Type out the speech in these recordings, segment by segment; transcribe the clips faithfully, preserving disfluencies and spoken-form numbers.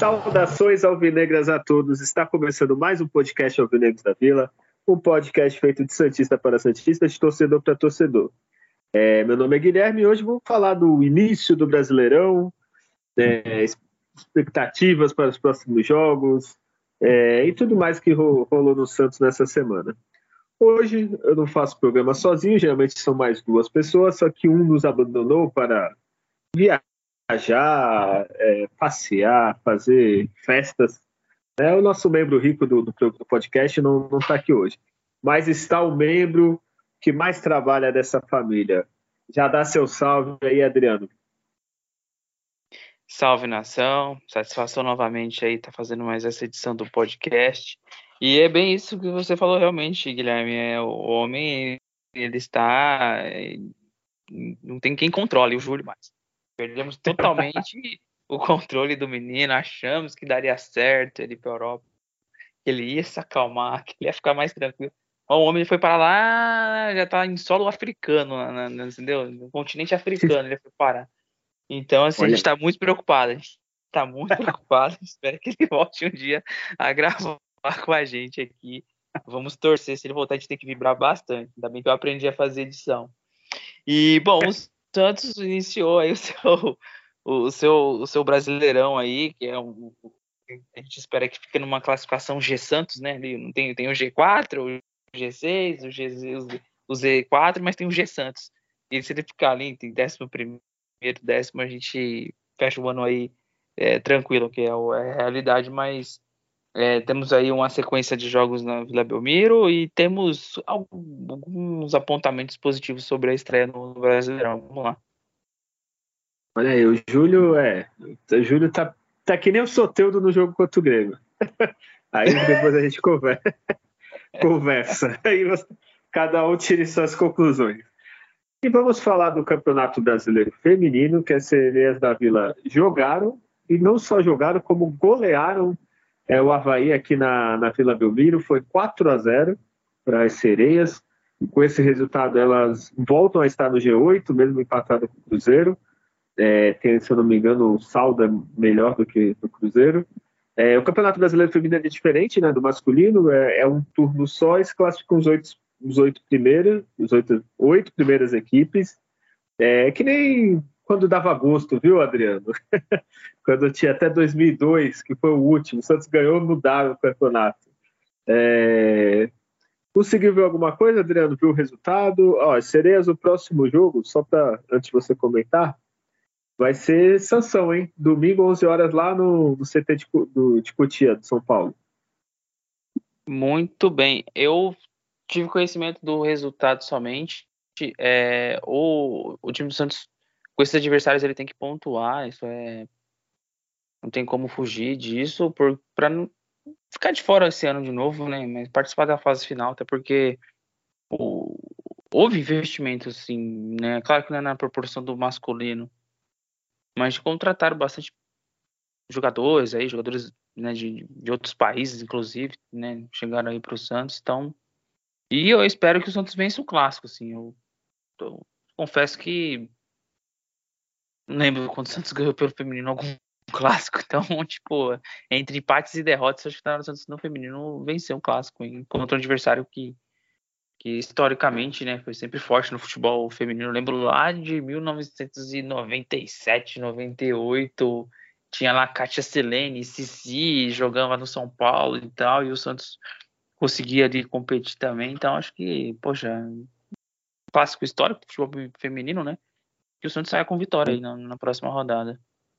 Saudações alvinegras a todos. Está começando mais um podcast Alvinegros da Vila, um podcast feito de santista para santista, de torcedor para torcedor. É, meu nome é Guilherme e hoje vamos falar do início do Brasileirão, é, expectativas para os próximos jogos é, e tudo mais que ro- rolou no Santos nessa semana. Hoje eu não faço programa sozinho, geralmente são mais duas pessoas, só que um nos abandonou para viajar, é, passear, fazer festas. É, o nosso membro rico do, do, do podcast não está aqui hoje, mas está o membro que mais trabalha dessa família. Já dá seu salve aí, Adriano. Salve, nação. Satisfação novamente aí estar tá fazendo mais essa edição do podcast. E é bem isso que você falou realmente, Guilherme. É, o homem, ele está... Não tem quem controle o Júlio mais. Perdemos totalmente o controle do menino. Achamos que daria certo ele ir para a Europa, que ele ia se acalmar, que ele ia ficar mais tranquilo. O homem foi para lá, já está em solo africano, na, na, entendeu? No continente africano ele foi parar. Então, assim, Olha. a gente tá muito preocupado. A gente tá muito preocupado. Espero que ele volte um dia a gravar com a gente aqui. Vamos torcer. Se ele voltar, a gente tem que vibrar bastante. Ainda bem que eu aprendi a fazer edição. E, bom, o Santos iniciou aí o seu, o seu, o seu Brasileirão aí, que é um... A gente espera que fique numa classificação G Santos, né? Não tem, tem o G quatro, o G seis, o, G, o Z quatro, mas tem o G Santos. E se ele ficar ali em décimo primeiro, décimo, a gente fecha o ano aí é, tranquilo, que é a realidade, mas é, temos aí uma sequência de jogos na Vila Belmiro e temos alguns apontamentos positivos sobre a estreia no Brasileirão. Vamos lá. Olha aí, o Júlio é. O Júlio tá, tá que nem o Soteldo no jogo contra o Grêmio. Aí depois a gente conversa. conversa. Aí você, cada um tire suas conclusões. E vamos falar do Campeonato Brasileiro Feminino, que as Sereias da Vila jogaram, e não só jogaram, como golearam é, o Avaí aqui na, na Vila Belmiro. Foi quatro a zero para as Sereias. Com esse resultado, elas voltam a estar no G oito, mesmo empatado com o Cruzeiro. É, tem, se eu não me engano, o saldo é melhor do que o Cruzeiro. É, o Campeonato Brasileiro Feminino é diferente, né, do masculino, é, é um turno só e se classificam os oito, os oito primeiros, os oito, oito primeiras equipes. É que nem quando dava gosto, viu, Adriano? Quando tinha até dois mil e dois, que foi o último, o Santos ganhou, mudaram o campeonato. É... Conseguiu ver alguma coisa, Adriano? Viu o resultado? Ó, Sereias, o próximo jogo, só para antes de você comentar, vai ser Sansão, hein? Domingo, onze horas, lá no, no C T de, do, de Cotia, de São Paulo. Muito bem. Eu tive conhecimento do resultado somente. É, o, o time do Santos, com esses adversários, ele tem que pontuar. Isso é... Não tem como fugir disso para não ficar de fora esse ano de novo, né? Mas participar da fase final, até porque o, houve investimento, assim, né? Claro que não é na proporção do masculino, mas contrataram bastante jogadores aí, jogadores, né, de, de outros países, inclusive, né? Chegaram aí para o Santos, então. E eu espero que o Santos vença o clássico, assim. Eu, eu confesso que não lembro quando o Santos ganhou pelo feminino algum clássico, então, tipo, entre empates e derrotas, acho que o Santos no feminino venceu um clássico hein, contra um adversário que, que historicamente, né, foi sempre forte no futebol feminino. Eu lembro lá de mil novecentos e noventa e sete, noventa e oito, tinha lá Kátia Selene, Cici, jogava no São Paulo e tal, e o Santos conseguia ali competir também, então acho que, poxa, clássico histórico do futebol feminino, né, que o Santos saia com vitória aí na, na próxima rodada.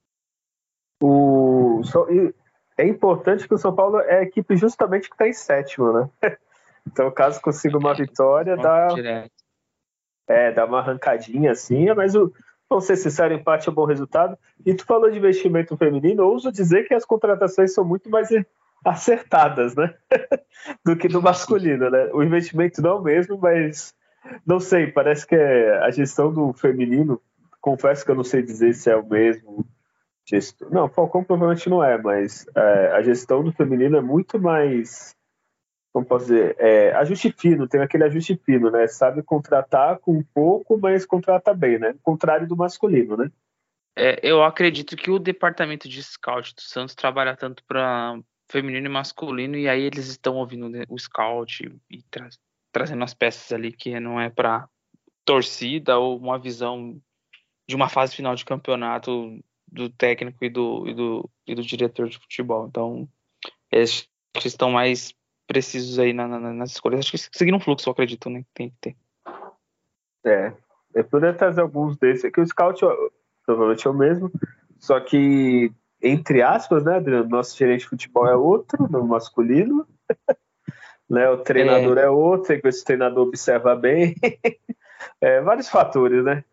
O, é importante que o São Paulo é a equipe justamente que está em sétimo, né? Então, caso consiga uma é, vitória, dá, é, dá uma arrancadinha assim, mas o, vamos ser sinceros, empate é um bom resultado. E tu falou de investimento feminino, ouso dizer que as contratações são muito mais acertadas, né? do que do masculino, né? O investimento não é o mesmo, mas não sei, parece que a gestão do feminino, confesso que eu não sei dizer se é o mesmo. Gesto... Não, Falcão provavelmente não é, mas é, a gestão do feminino é muito mais, como posso dizer, é, ajuste fino, tem aquele ajuste fino, né? Sabe contratar com pouco, mas contrata bem, né? Ao contrário do masculino, né? É, eu acredito que o departamento de scout do Santos trabalha tanto para feminino e masculino, e aí eles estão ouvindo o scout e tra trazendo as peças ali que não é para torcida ou uma visão de uma fase final de campeonato do técnico e do, e do, e do diretor de futebol. Então, eles estão mais precisos aí na, na, nas escolhas. Acho que seguindo um fluxo, eu acredito, né? Tem que ter. É, eu poderia trazer alguns desses. É que o scout provavelmente é o mesmo, só que, entre aspas, né, Adriano, nosso gerente de futebol é outro, no masculino, né, o É, treinador é outro, sei que esse treinador observa bem, é, vários fatores, né?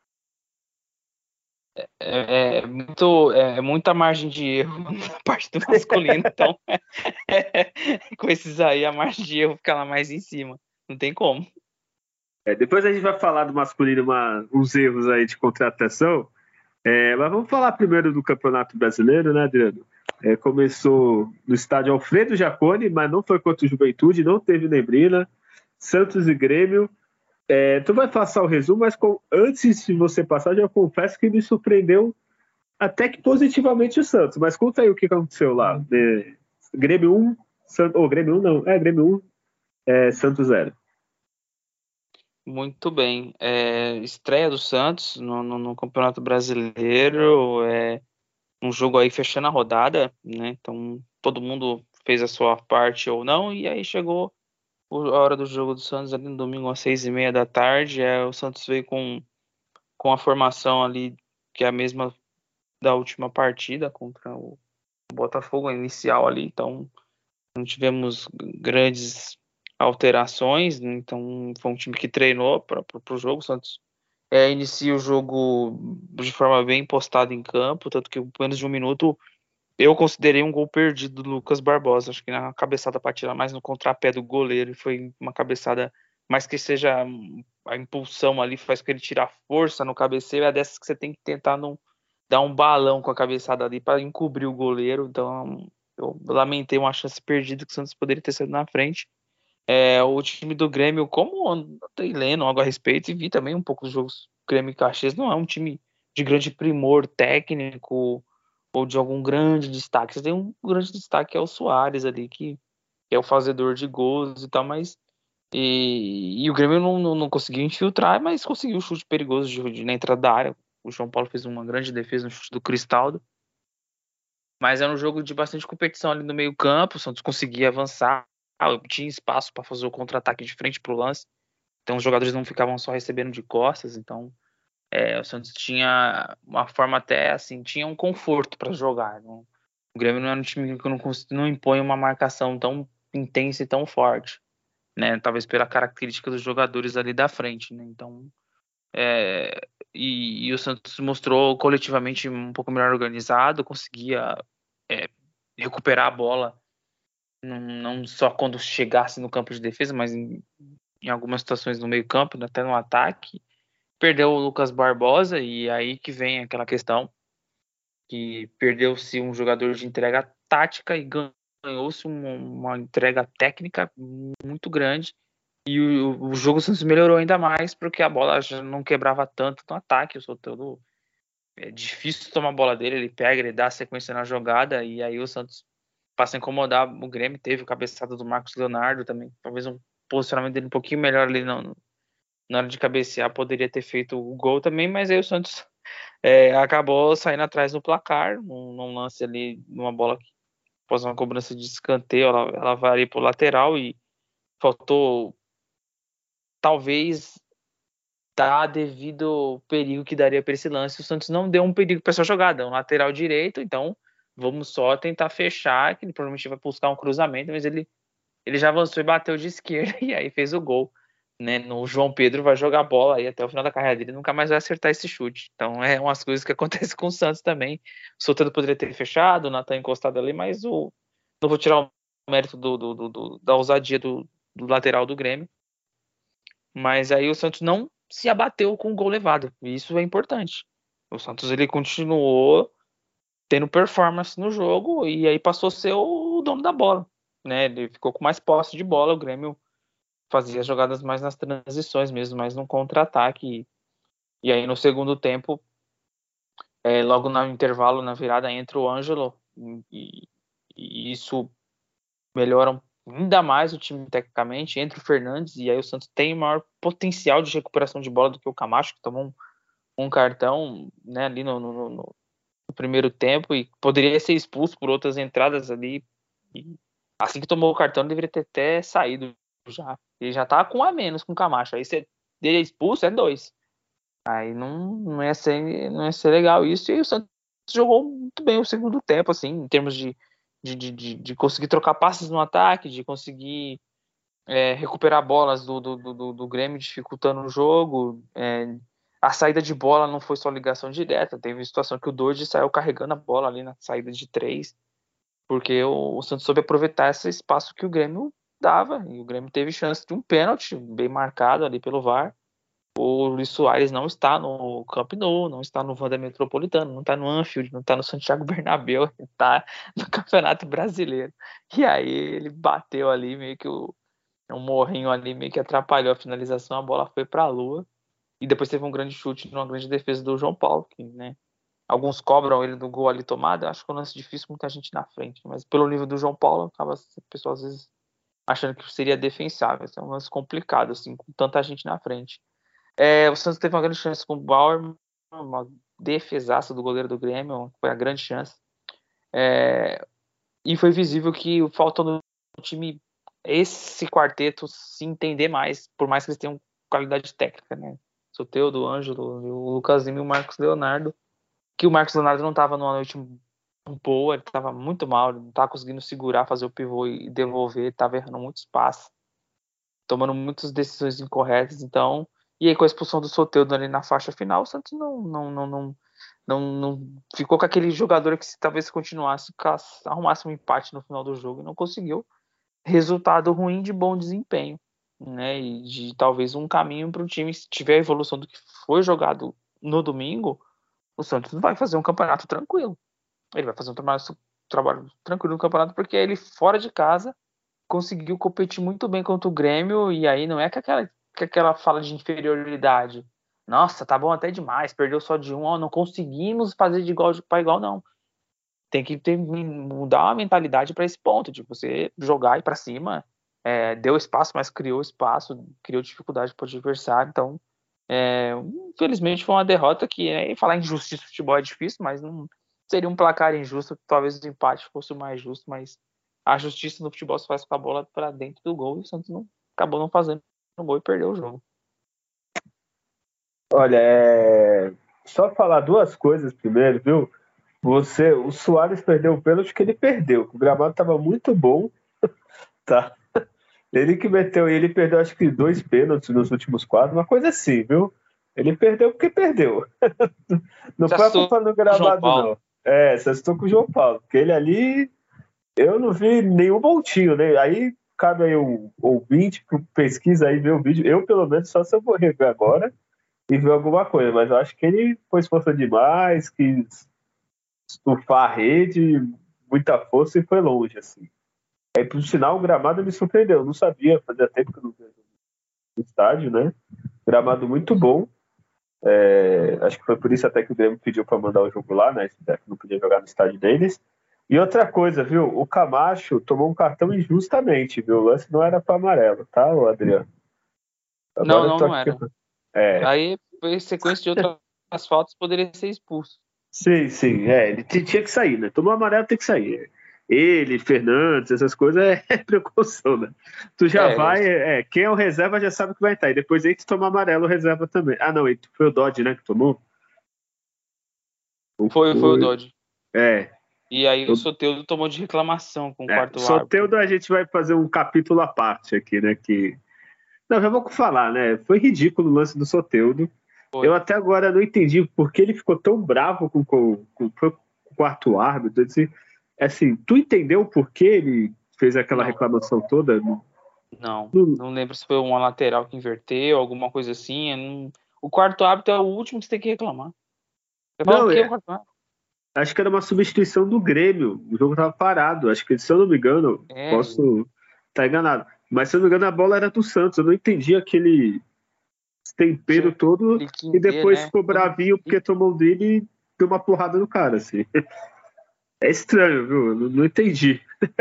é, é, muito, é, é muita margem de erro na parte do masculino, então com esses aí a margem de erro fica lá mais em cima. Não tem como. É, depois a gente vai falar do masculino, uma, uns erros aí de contratação, é, mas vamos falar primeiro do Campeonato Brasileiro, né, Adriano? É, começou no estádio Alfredo Jaconi, mas não foi contra o Juventude, não teve neblina. Santos e Grêmio. É, tu vai passar o resumo, mas com, antes de você passar, já confesso que me surpreendeu até que positivamente o Santos. Mas conta aí o que aconteceu lá. É, Grêmio um, San... oh, Grêmio um não, é Grêmio um, é, Santos zero. Muito bem. É, estreia do Santos no, no, no Campeonato Brasileiro, é um jogo aí fechando a rodada, né? Então todo mundo fez a sua parte ou não, e aí chegou o- a hora do jogo do Santos ali no domingo às seis e meia da tarde. É, o Santos veio com, com a formação ali que é a mesma da última partida contra o Botafogo, a inicial ali, então não tivemos grandes alterações, né? Então foi um time que treinou para o jogo. O Santos é, inicia o jogo de forma bem postada em campo, tanto que em menos de um minuto eu considerei um gol perdido do Lucas Barbosa. Acho que na cabeçada para tirar mais no contrapé do goleiro, e foi uma cabeçada, mais que seja a impulsão ali, faz com que ele tirar força no cabeceio, é dessas que você tem que tentar não dar um balão com a cabeçada ali para encobrir o goleiro. Então eu lamentei uma chance perdida que o Santos poderia ter saído na frente. É, o time do Grêmio, como eu andei lendo algo a respeito e vi também um pouco dos jogos Grêmio e Caxias, não é um time de grande primor técnico ou de algum grande destaque. Você tem um grande destaque que é o Soares ali, que é o fazedor de gols e tal, mas e, e o Grêmio não, não, não conseguiu infiltrar, mas conseguiu o chute perigoso de, de, na entrada da área. O João Paulo fez uma grande defesa no chute do Cristaldo, mas era um jogo de bastante competição ali no meio campo. O Santos conseguia avançar, tinha espaço para fazer o contra-ataque de frente para o lance, então os jogadores não ficavam só recebendo de costas. Então é, o Santos tinha uma forma até assim, tinha um conforto para jogar. Não? O Grêmio não era um time que não, não impõe uma marcação tão intensa e tão forte, né? Talvez pela característica dos jogadores ali da frente, né? Então, é, e, e o Santos mostrou coletivamente um pouco melhor organizado, conseguia é, recuperar a bola, não, não só quando chegasse no campo de defesa, mas em, em algumas situações no meio campo, até no ataque. Perdeu o Lucas Barbosa, e aí que vem aquela questão que perdeu-se um jogador de entrega tática e ganhou-se uma, uma entrega técnica muito grande. E o, o jogo Santos melhorou ainda mais porque a bola já não quebrava tanto no ataque. O Soteldo é difícil tomar a bola dele, ele pega, ele dá sequência na jogada, e aí o Santos passa a incomodar o Grêmio. Teve o cabeçada do Marcos Leonardo também, talvez um posicionamento dele um pouquinho melhor ali no, na hora de cabecear, poderia ter feito o gol também, mas aí o Santos é, acabou saindo atrás no placar, num, num lance ali, numa bola que após uma cobrança de escanteio, ela, ela vai ali pro lateral, e faltou talvez dar devido perigo que daria para esse lance. O Santos não deu um perigo para essa jogada, um lateral direito, então vamos só tentar fechar, que ele provavelmente vai buscar um cruzamento, mas ele, ele já avançou e bateu de esquerda e aí fez o gol. Né, no João Pedro vai jogar bola aí até o final da carreira dele, nunca mais vai acertar esse chute. Então é umas coisas que acontecem com o Santos também. O Soteldo poderia ter fechado, o Natan encostado ali, mas o não vou tirar o mérito do, do, do, do da ousadia do, do lateral do Grêmio, mas aí o Santos não se abateu com o gol levado, e isso é importante. O Santos ele continuou tendo performance no jogo e aí passou a ser o dono da bola, né? Ele ficou com mais posse de bola. O Grêmio fazia as jogadas mais nas transições mesmo, mais no contra-ataque. E, e aí no segundo tempo É, logo no intervalo, na virada, entra o Ângelo e, e isso melhora ainda mais o time tecnicamente. Entra o Fernandes e aí o Santos tem maior potencial de recuperação de bola do que o Camacho, que tomou um, um cartão, né, ali no, no, no, no primeiro tempo e poderia ser expulso por outras entradas ali. E assim que tomou o cartão, ele deveria ter até saído já. Ele já tá com um a menos com o Camacho. Aí você dele é expulso, é dois. Aí não, não, ia ser, não ia ser legal isso. E o Santos jogou muito bem o segundo tempo, assim, em termos de, de, de, de conseguir trocar passes no ataque, de conseguir é, recuperar bolas do, do, do, do Grêmio, dificultando o jogo. É, a saída de bola não foi só ligação direta. Teve situação que o Dodge saiu carregando a bola ali na saída de três, porque o, o Santos soube aproveitar esse espaço que o Grêmio dava. E o Grêmio teve chance de um pênalti bem marcado ali pelo V A R. O Luis Soares não está no Camp Nou, não está no Wanda Metropolitano, não está no Anfield, não está no Santiago Bernabéu, está no Campeonato Brasileiro. E aí ele bateu ali, meio que o, um morrinho ali, meio que atrapalhou a finalização, a bola foi para a lua. E depois teve um grande chute, uma grande defesa do João Paulo, que, né, alguns cobram ele do gol ali tomado. Eu acho que é um lance difícil, muita gente na frente, mas pelo nível do João Paulo, acaba a pessoa às vezes achando que seria defensável. Esse é um lance complicado, assim, com tanta gente na frente. É, o Santos teve uma grande chance com o Bauer, uma defesaça do goleiro do Grêmio, foi a grande chance. É, e foi visível que falta no time esse quarteto se entender mais, por mais que eles tenham qualidade técnica, né? Soteldo, Ângelo, o Lucas Lima e o Marcos Leonardo. Que o Marcos Leonardo não estava numa noite boa, ele estava muito mal, ele não estava conseguindo segurar, fazer o pivô e devolver, estava errando muito espaço, tomando muitas decisões incorretas, então. E aí, com a expulsão do Soteldo ali na faixa final, o Santos não, não, não, não, não, não ficou com aquele jogador que, se talvez continuasse, arrumasse um empate no final do jogo e não conseguiu. Resultado ruim de bom desempenho, né? E de talvez um caminho para o time, se tiver a evolução do que foi jogado no domingo, o Santos não vai fazer um campeonato tranquilo. Ele vai fazer um trabalho, trabalho tranquilo no campeonato porque ele, fora de casa, conseguiu competir muito bem contra o Grêmio, e aí não é que aquela, que aquela fala de inferioridade. Nossa, tá bom até demais, perdeu só de um, ó, não conseguimos fazer de igual para igual, não. Tem que ter, mudar a mentalidade para esse ponto, de você jogar e para cima, é, deu espaço, mas criou espaço, criou dificuldade para o adversário, então, é, infelizmente foi uma derrota que, né, falar em justiça no futebol é difícil, mas não seria um placar injusto, talvez o empate fosse o mais justo, mas a justiça no futebol se faz com a bola para dentro do gol, e o Santos não, acabou não fazendo o gol e perdeu o jogo. Olha, é... só falar duas coisas primeiro, viu? Você, o Soares perdeu o pênalti que ele perdeu. O gramado estava muito bom, tá? Ele que meteu, e ele perdeu acho que dois pênaltis nos últimos quatro, uma coisa assim, viu? Ele perdeu porque perdeu. Não foi a culpa do gramado, não. É, você estou com o João Paulo, porque ele ali, eu não vi nenhum montinho, né? Aí cabe aí um ouvinte, pesquisa aí, ver o vídeo. Eu, pelo menos, só se eu vou rever agora e ver alguma coisa, mas eu acho que ele pôs força demais, quis estufar a rede, muita força e foi longe, assim. Aí, por sinal, o gramado me surpreendeu. Eu não sabia, fazia tempo que eu não vejo no estádio, né? Gramado muito bom. É, acho que foi por isso até que o Grêmio pediu para mandar o jogo lá, né? Que não podia jogar no estádio deles. E outra coisa, viu? O Camacho tomou um cartão injustamente, viu? O lance não era para amarelo, tá, Adriano? Agora não, não, não era. É. Aí, em sequência de outras faltas, poderia ser expulso. Sim, sim. É, ele tinha que sair, né? Tomou amarelo, tem que sair. Ele, Fernandes, essas coisas é precaução, né? Tu já é, vai, é, quem é o reserva já sabe que vai estar. E depois aí tu toma amarelo, o reserva também. Ah, não, foi o Dodge, né, que tomou? Foi, foi o Dodge. É. E aí o Soteldo tomou de reclamação com o é, quarto árbitro. Soteldo a gente vai fazer um capítulo à parte aqui, né? Que... Não, já vou falar, né? Foi ridículo o lance do Soteldo. Foi. Eu até agora não entendi por que ele ficou tão bravo com, com, com, com o quarto árbitro. Assim, assim, tu entendeu por que ele fez aquela não. reclamação toda? Não, não, não lembro se foi uma lateral que inverteu, alguma coisa assim. Não... O quarto árbitro é o último que você tem que reclamar. Você fala, não, o que é... é o quarto árbitro? Acho que era uma substituição do Grêmio. O jogo estava parado. Acho que, se eu não me engano, é. posso estar tá enganado. Mas, se eu não me engano, a bola era do Santos. Eu não entendi aquele tempero todo. E depois né? ficou bravinho porque tomou dele e cuspiu uma porrada no cara, assim. É estranho, viu? Eu não, não entendi.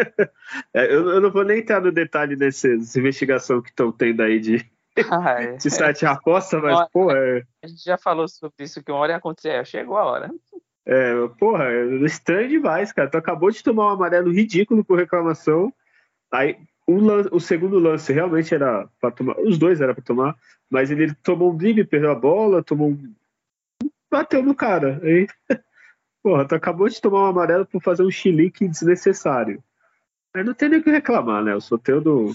É, eu, eu não vou nem entrar no detalhe dessas investigações que estão tendo aí de, Ah, é. de site de aposta, mas, Uma- pô, é, A gente já falou sobre isso, que uma hora ia acontecer. É, chegou a hora. é, porra, é estranho demais, cara. Tu acabou de tomar um amarelo ridículo por reclamação. Aí o, lan- o segundo lance realmente era pra tomar. Os dois era pra tomar, mas ele tomou um drible, perdeu a bola, tomou um. Bateu no cara. Aí, porra, tu acabou de tomar um amarelo por fazer um chilique desnecessário. Aí não tem nem o que reclamar, né? O Soteldo.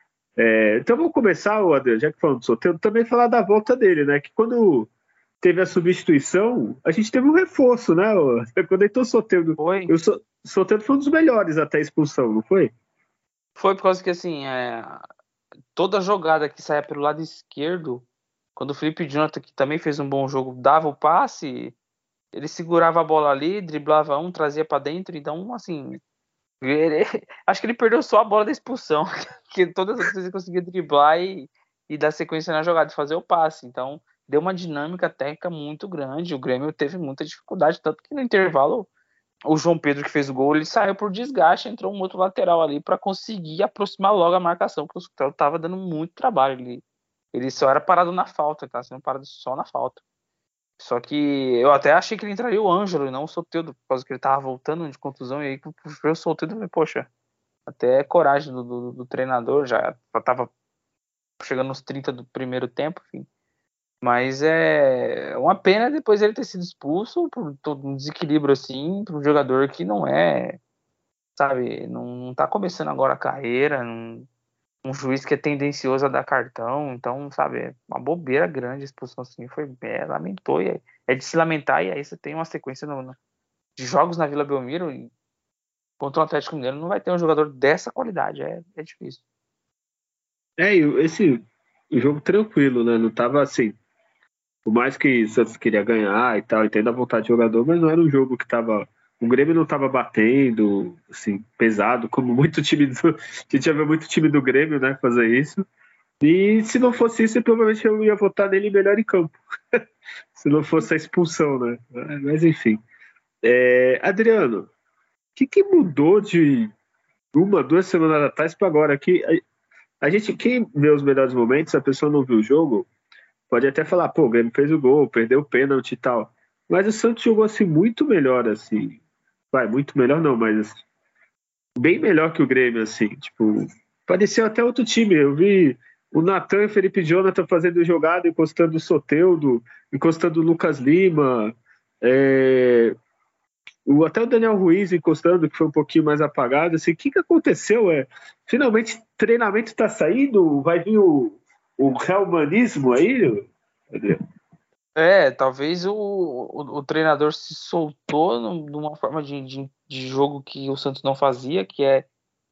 É, então vamos começar, o Adriano, já que falamos do Soteldo, também falar da volta dele, né? Que quando teve a substituição, a gente teve um reforço, né? o- Quando entrou o Soteldo. Foi. O So- Soteldo foi um dos melhores até a expulsão, não foi? Foi por causa que, assim, é, toda jogada que saia pelo lado esquerdo, quando o Felipe Jonathan, que também fez um bom jogo, dava o passe, ele segurava a bola ali, driblava um, trazia pra dentro. Então, assim, ele- acho que ele perdeu só a bola da expulsão, que todas as outras ele conseguia driblar e, e dar sequência na jogada, e fazer o passe. Então, deu uma dinâmica técnica muito grande. O Grêmio teve muita dificuldade, tanto que no intervalo o João Pedro, que fez o gol, ele saiu por desgaste, entrou um outro lateral ali para conseguir aproximar logo a marcação, porque o Soteldo estava dando muito trabalho. Ele, ele só era parado na falta, ele estava sendo parado só na falta. Só que eu até achei que ele entraria o Ângelo e não o Soteldo, por causa que ele estava voltando de contusão, e aí puxou o Soteldo e falei, poxa, até coragem do, do, do treinador, já estava chegando nos trinta do primeiro tempo, enfim. Mas é uma pena depois ele ter sido expulso por todo um desequilíbrio assim, para um jogador que não é, sabe, não, não tá começando agora a carreira, não, um juiz que é tendencioso a dar cartão, então, sabe, é uma bobeira grande a expulsão assim, foi, é, lamentou, e é, é de se lamentar, e aí você tem uma sequência no, no- de jogos na Vila Belmiro, e contra o Atlético Mineiro não vai ter um jogador dessa qualidade, é, é difícil. É, e esse jogo tranquilo, né? Não tava assim. Por mais que o Santos queria ganhar e tal, entendo a vontade do jogador, mas não era um jogo que tava. O Grêmio não tava batendo, assim, pesado, como muito time do. A gente já viu muito time do Grêmio, né, fazer isso. E se não fosse isso, provavelmente eu ia votar nele melhor em campo. Se não fosse a expulsão, né? Mas enfim. É, Adriano, o que, que mudou de uma, duas semanas atrás para agora? Que a, a gente, quem vê os melhores momentos, a pessoa não viu o jogo, pode até falar, pô, o Grêmio fez o gol, perdeu o pênalti e tal. Mas o Santos jogou assim muito melhor, assim. Vai, muito melhor não, mas bem melhor que o Grêmio, assim. Tipo, pareceu até outro time. Eu vi o Natan e o Felipe Jonathan fazendo jogada, encostando o Soteldo, encostando o Lucas Lima, é, o, até o Daniel Ruiz encostando, que foi um pouquinho mais apagado. Assim, o que, que aconteceu? É, finalmente treinamento está saindo? Vai vir o, o realmanismo aí? Adriano? É, talvez o, o, o treinador se soltou num- numa forma de, de, de jogo que o Santos não fazia, que é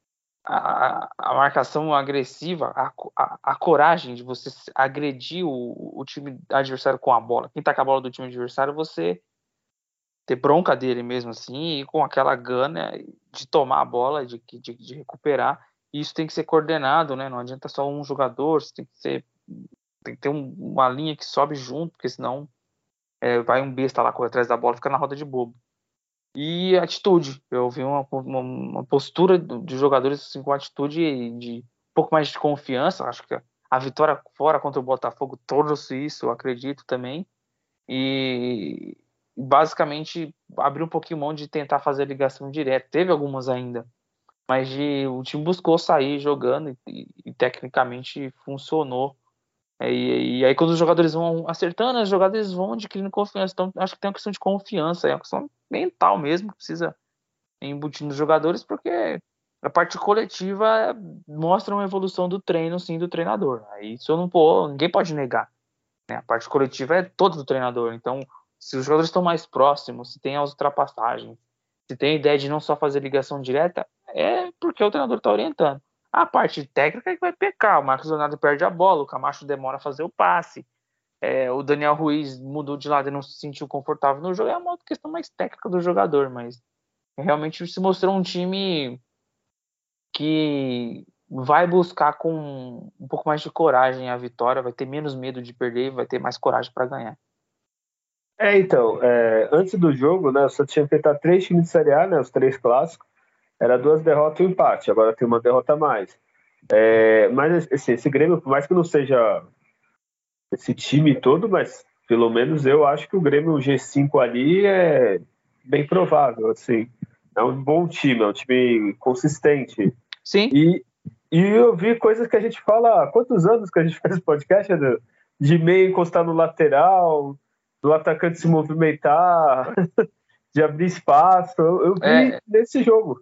a, a marcação agressiva, a, co- a, a coragem de você se- agredir o, o time adversário com a bola. Quem tá com a bola do time adversário, você ter bronca dele mesmo assim, e com aquela gana de tomar a bola, de, de, de recuperar. E isso tem que ser coordenado, né? Não adianta só um jogador, você tem que ser, tem que ter um- uma linha que sobe junto, porque senão é, vai um besta lá correr atrás da bola e fica na roda de bobo. E atitude. Eu vi uma, uma, uma postura do- de jogadores assim, com atitude de um pouco mais de confiança. Acho que a vitória fora contra o Botafogo trouxe isso, eu acredito também. E basicamente abriu um pouquinho mão de tentar fazer a ligação direta. Teve algumas ainda, mas de, o time buscou sair jogando e, e tecnicamente funcionou. É, E, e aí, quando os jogadores vão acertando, os jogadores vão adquirindo confiança. Então, acho que tem uma questão de confiança, é uma questão mental mesmo, que precisa embutir nos jogadores, porque a parte coletiva mostra uma evolução do treino, sim, do treinador. Aí, isso eu não pô, ninguém pode negar, né? A parte coletiva é toda do treinador. Então, se os jogadores estão mais próximos, se tem as ultrapassagens, se tem a ideia de não só fazer ligação direta, é porque o treinador está orientando. A parte técnica é que vai pecar. O Marcos Leonardo perde a bola, o Camacho demora a fazer o passe, é, o Daniel Ruiz mudou de lado e não se sentiu confortável no jogo. É uma questão mais técnica do jogador, mas realmente se mostrou um time que vai buscar com um pouco mais de coragem a vitória, vai ter menos medo de perder e vai ter mais coragem para ganhar. É, então, é, antes do jogo, né, o Santos tinha enfrentado três times de Série A, né, os três clássicos, era duas derrotas e um empate, agora tem uma derrota a mais. É, mas assim, esse Grêmio, por mais que não seja esse time todo, mas pelo menos eu acho que o Grêmio G cinco ali é bem provável, assim. É um bom time, é um time consistente. Sim. E, e eu vi coisas que a gente fala há quantos anos que a gente faz podcast, né? De meio encostar no lateral, do atacante se movimentar, de abrir espaço. Eu, eu vi É, nesse jogo.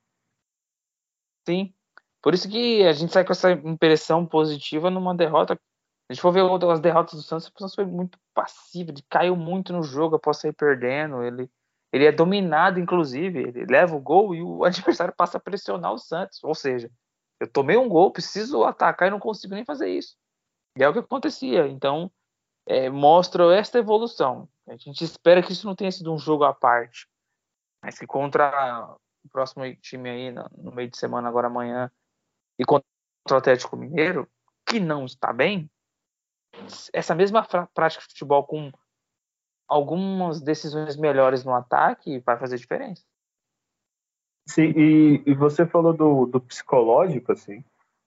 sim. Por isso que a gente sai com essa impressão positiva numa derrota. A gente for ver as derrotas do Santos, o Santos foi muito passivo, ele caiu muito no jogo após sair perdendo. Ele, ele é dominado, inclusive. Ele leva o gol e o adversário passa a pressionar o Santos. Ou seja, eu tomei um gol, preciso atacar e não consigo nem fazer isso. E é o que acontecia. Então, é, mostra esta evolução. A gente espera que isso não tenha sido um jogo à parte, mas que contra o próximo time aí no, no meio de semana, agora amanhã, e contra o Atlético Mineiro, que não está bem, essa mesma prática de futebol com algumas decisões melhores no ataque vai fazer diferença. Sim, e, e você falou do, do psicológico, assim.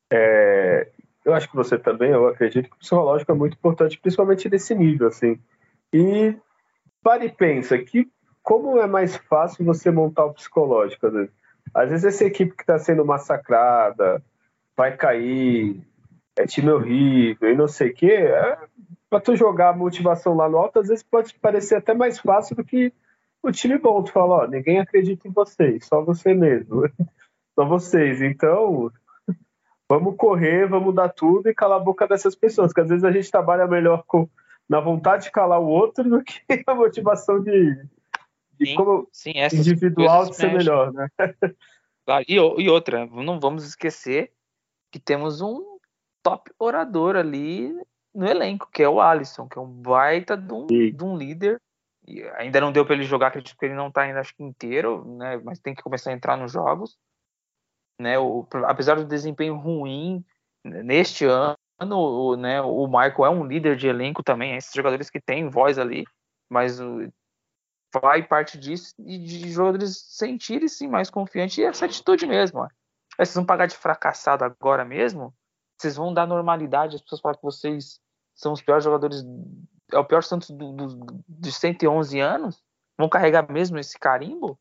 É, eu acho que você também, eu acredito que o psicológico é muito importante, principalmente nesse nível, assim. E para e pensa que como é mais fácil você montar o psicológico, né? Às vezes essa equipe que está sendo massacrada vai cair, é time horrível e não sei o quê, é, para tu jogar a motivação lá no alto, às vezes pode parecer até mais fácil do que o time bom. Tu fala, ó, ninguém acredita em vocês, só você mesmo, só vocês. Então, vamos correr, vamos dar tudo e calar a boca dessas pessoas, que às vezes a gente trabalha melhor com, na vontade de calar o outro do que a motivação de, de Sim, como sim, essas individual coisas de ser mexem. melhor, né? Claro. E, e outra, não vamos esquecer que temos um top orador ali no elenco, que é o Alisson, que é um baita de um, E, de um líder. E ainda não deu para ele jogar, acredito que ele não está ainda acho que inteiro, né? Mas tem que começar a entrar nos jogos. Né? O, apesar do desempenho ruim neste ano, o, né, o Michael é um líder de elenco também, é esses jogadores que têm voz ali, mas o, vai parte disso e de jogadores sentirem-se mais confiantes e essa atitude mesmo. Ó. Vocês vão pagar de fracassado agora mesmo? Vocês vão dar normalidade, as pessoas falam que vocês são os piores jogadores, é o pior Santos do, do, de cento e onze anos? Vão carregar mesmo esse carimbo?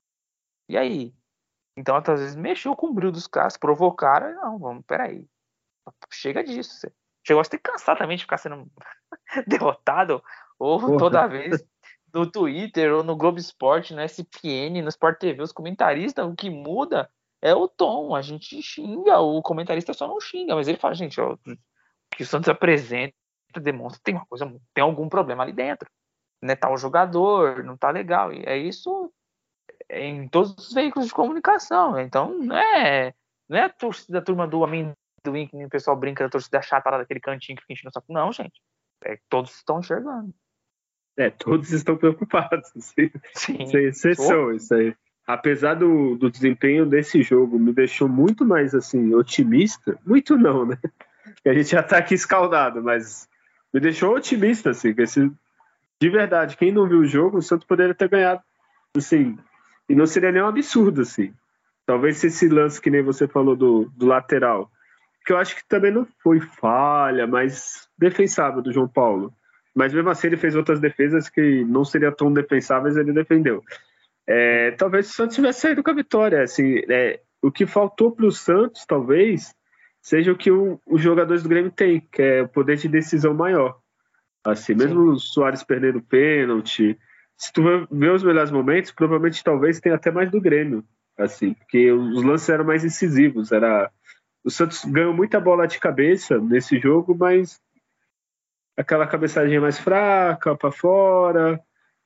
E aí? Então, às vezes, mexeu com o brilho dos caras, provocaram, não, vamos, peraí, chega disso. Você chegou a ter que cansar também de ficar sendo derrotado, ou porra, toda vez no Twitter, ou no Globo Esporte, no S P N, no Sport T V, os comentaristas, o que muda é o tom, a gente xinga, o comentarista só não xinga, mas ele fala, gente, ó, o que o Santos apresenta demonstra que tem uma coisa, tem algum problema ali dentro, né, tá o jogador, não tá legal, e é isso em todos os veículos de comunicação. Então, não é, não é a torcida, a turma do amendoim que o pessoal brinca da torcida chata lá daquele cantinho que fica enchendo o saco. Não, gente. É, todos estão enxergando. é, todos estão preocupados, sem, Sim. sem exceção, isso aí. Apesar do, do desempenho desse jogo, me deixou muito mais assim otimista. Muito não, né? Que a gente já tá aqui escaldado, mas me deixou otimista, assim, que esse, de verdade, quem não viu o jogo, o Santos poderia ter ganhado, assim, e não seria nem um absurdo, assim. Talvez se esse lance que nem você falou do, do lateral, que eu acho que também não foi falha, mas defensável do João Paulo. Mas mesmo assim ele fez outras defesas que não seriam tão defensáveis, ele defendeu. É, talvez o Santos tivesse saído com a vitória. Assim, é, o que faltou para o Santos, talvez, seja o que o, os jogadores do Grêmio têm, que é o poder de decisão maior. Assim, mesmo Sim. o Soares perdendo pênalti, se tu ver os melhores momentos, provavelmente talvez tenha até mais do Grêmio. Assim, porque os lances eram mais incisivos. Era... O Santos ganhou muita bola de cabeça nesse jogo, mas aquela cabeçadinha mais fraca, para fora.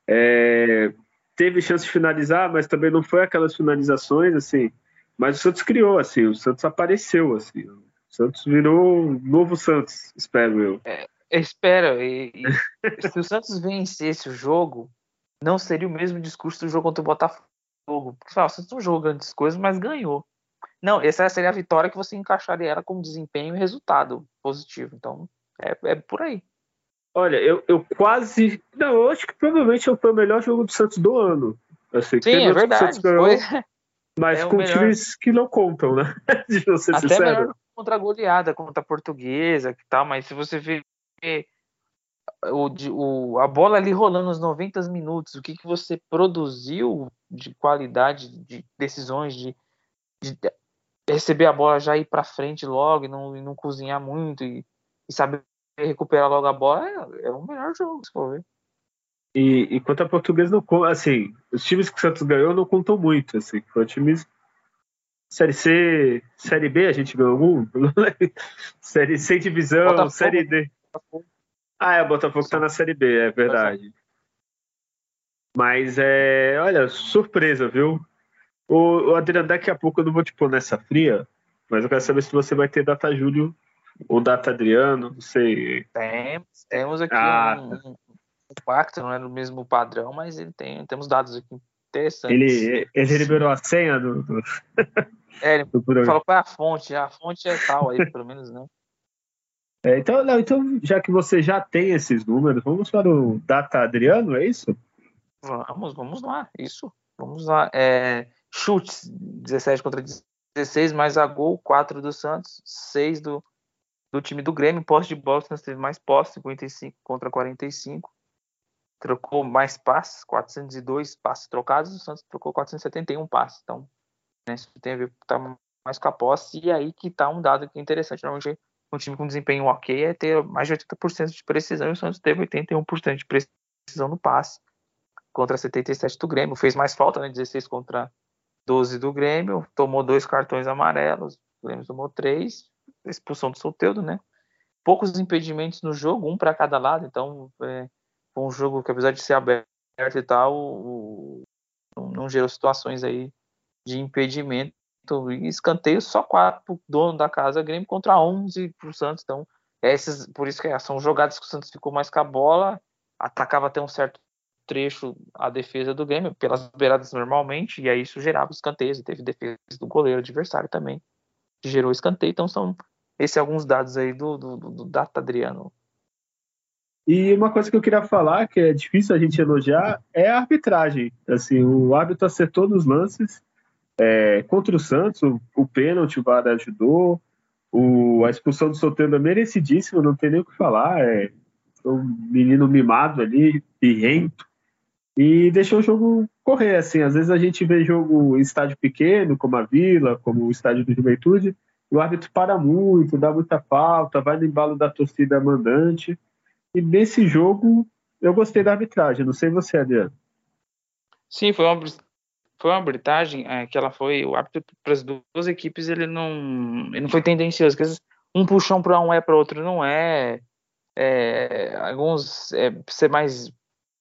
É, teve chance de finalizar, mas também não foi aquelas finalizações, assim. Mas o Santos criou, assim, o Santos apareceu, assim. O Santos virou um novo Santos, espero eu. É, espera, e, e se o Santos vencesse o jogo, não seria o mesmo discurso do jogo contra o Botafogo. Porque fala, o Santos não jogou grandes coisas, mas ganhou. Não, essa seria a vitória que você encaixaria ela como desempenho e resultado positivo. Então, é, é por aí. Olha, eu, eu quase. Não, eu acho que provavelmente foi o melhor jogo do Santos do ano. Assim, Sim, teve é outros que o Santos verdade. Foi ganhou, mas é o com melhor. times que não contam, né? De não ser Até sincero. melhor contra a goleada, contra a Portuguesa, que tal, mas se você ver o, o, a bola ali rolando nos noventa minutos, o que, que você produziu de qualidade, de decisões, de, de receber a bola já ir para frente logo e não, e não cozinhar muito e, e saber recuperar logo a bola, é, é o melhor jogo, se for ver. E, e quanto a Portuguesa, não conta. Assim, os times que o Santos ganhou não contam muito. Assim, foram times. Série C, Série B, a gente ganhou algum? Série C divisão, Botafogo, Série né? D. Botafogo. Ah, é, o Botafogo tá São na Série B, é verdade. Mas é, olha, surpresa, viu? O, o Adriano, daqui a pouco eu não vou te pôr nessa fria, mas eu quero saber se você vai ter data Júlio ou data Adriano, não sei. Temos, temos aqui Ah, um, um, um pacto, não é no mesmo padrão, mas ele tem, temos dados aqui interessantes. ele, ele liberou a senha do, do, É, ele do programa. falou qual é a fonte, a fonte é tal aí, pelo menos, né? É, então, não, então, já que você já tem esses números, vamos para o data Adriano, é isso? Vamos, vamos lá, isso. Vamos lá. É, chutes, dezessete contra dezesseis, mais a gol, quatro do Santos, seis do, do time do Grêmio. Posse de bola, o Santos teve mais posse, cinquenta e cinco contra quarenta e cinco. Trocou mais passes, quatrocentos e dois passes trocados, o Santos trocou quatrocentos e setenta e um passes. Então, né, isso tem a ver com tá mais com a posse. E aí que tá um dado que é interessante. Normalmente, um time com desempenho ok é ter mais de oitenta por cento de precisão, e o Santos teve oitenta e um por cento de precisão no passe contra setenta e sete do Grêmio. Fez mais falta, né? dezesseis contra doze do Grêmio. Tomou dois cartões amarelos. O Grêmio tomou três. Expulsão do Soteldo, né? Poucos impedimentos no jogo, um para cada lado. Então, é, foi um jogo que, apesar de ser aberto e tal, o, o, não gerou situações aí de impedimento. E escanteio só quatro pro dono da casa, Grêmio, contra onze pro Santos. Então, esses, por isso que são jogadas que o Santos ficou mais com a bola, atacava até um certo trecho a defesa do Grêmio, pelas beiradas normalmente, e aí isso gerava escanteios, e teve defesa do goleiro adversário também, que gerou escanteio. Então, são esses alguns dados aí do, do, do, do Data Adriano. E uma coisa que eu queria falar, que é difícil a gente elogiar, é a arbitragem. Assim, o árbitro acertou nos lances. É, contra o Santos, o, o pênalti, o V A R ajudou. O, a expulsão do Soteldo é merecidíssima, não tem nem o que falar. É um menino mimado ali, birrento, e deixou o jogo correr. Assim, às vezes a gente vê jogo em estádio pequeno, como a Vila, como o estádio do Juventude, e o árbitro para muito, dá muita falta, vai no embalo da torcida mandante. E nesse jogo, eu gostei da arbitragem. Não sei você, Adriano. Sim, foi uma, foi uma arbitragem é, que ela foi, o árbitro para as duas equipes, ele não, ele não foi tendencioso. Às vezes, um puxão para um é, para o outro não é. É, alguns é, ser mais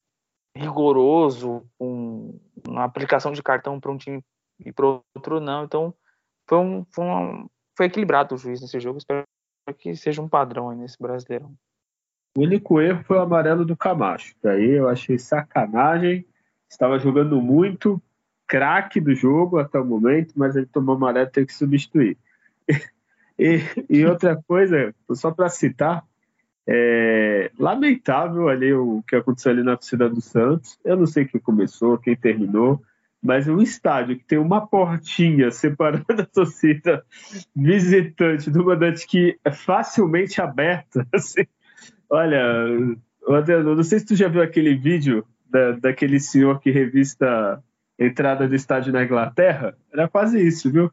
rigoroso com uma aplicação de cartão para um time e para o outro não. Então foi um, foi, um, foi equilibrado o juiz nesse jogo. Espero que seja um padrão aí nesse Brasileirão. O único erro foi o amarelo do Camacho. Daí eu achei sacanagem. Estava jogando muito, craque do jogo até o momento, mas ele tomou amarelo e teve que substituir. E, e outra coisa, só para citar, é lamentável ali o que aconteceu ali na torcida do Santos. Eu não sei quem começou, quem terminou, mas um estádio que tem uma portinha separando a torcida visitante do mandante que é facilmente aberta. Assim. Olha, Adriano, não sei se tu já viu aquele vídeo da, daquele senhor que revista a entrada do estádio na Inglaterra. Era quase isso, viu?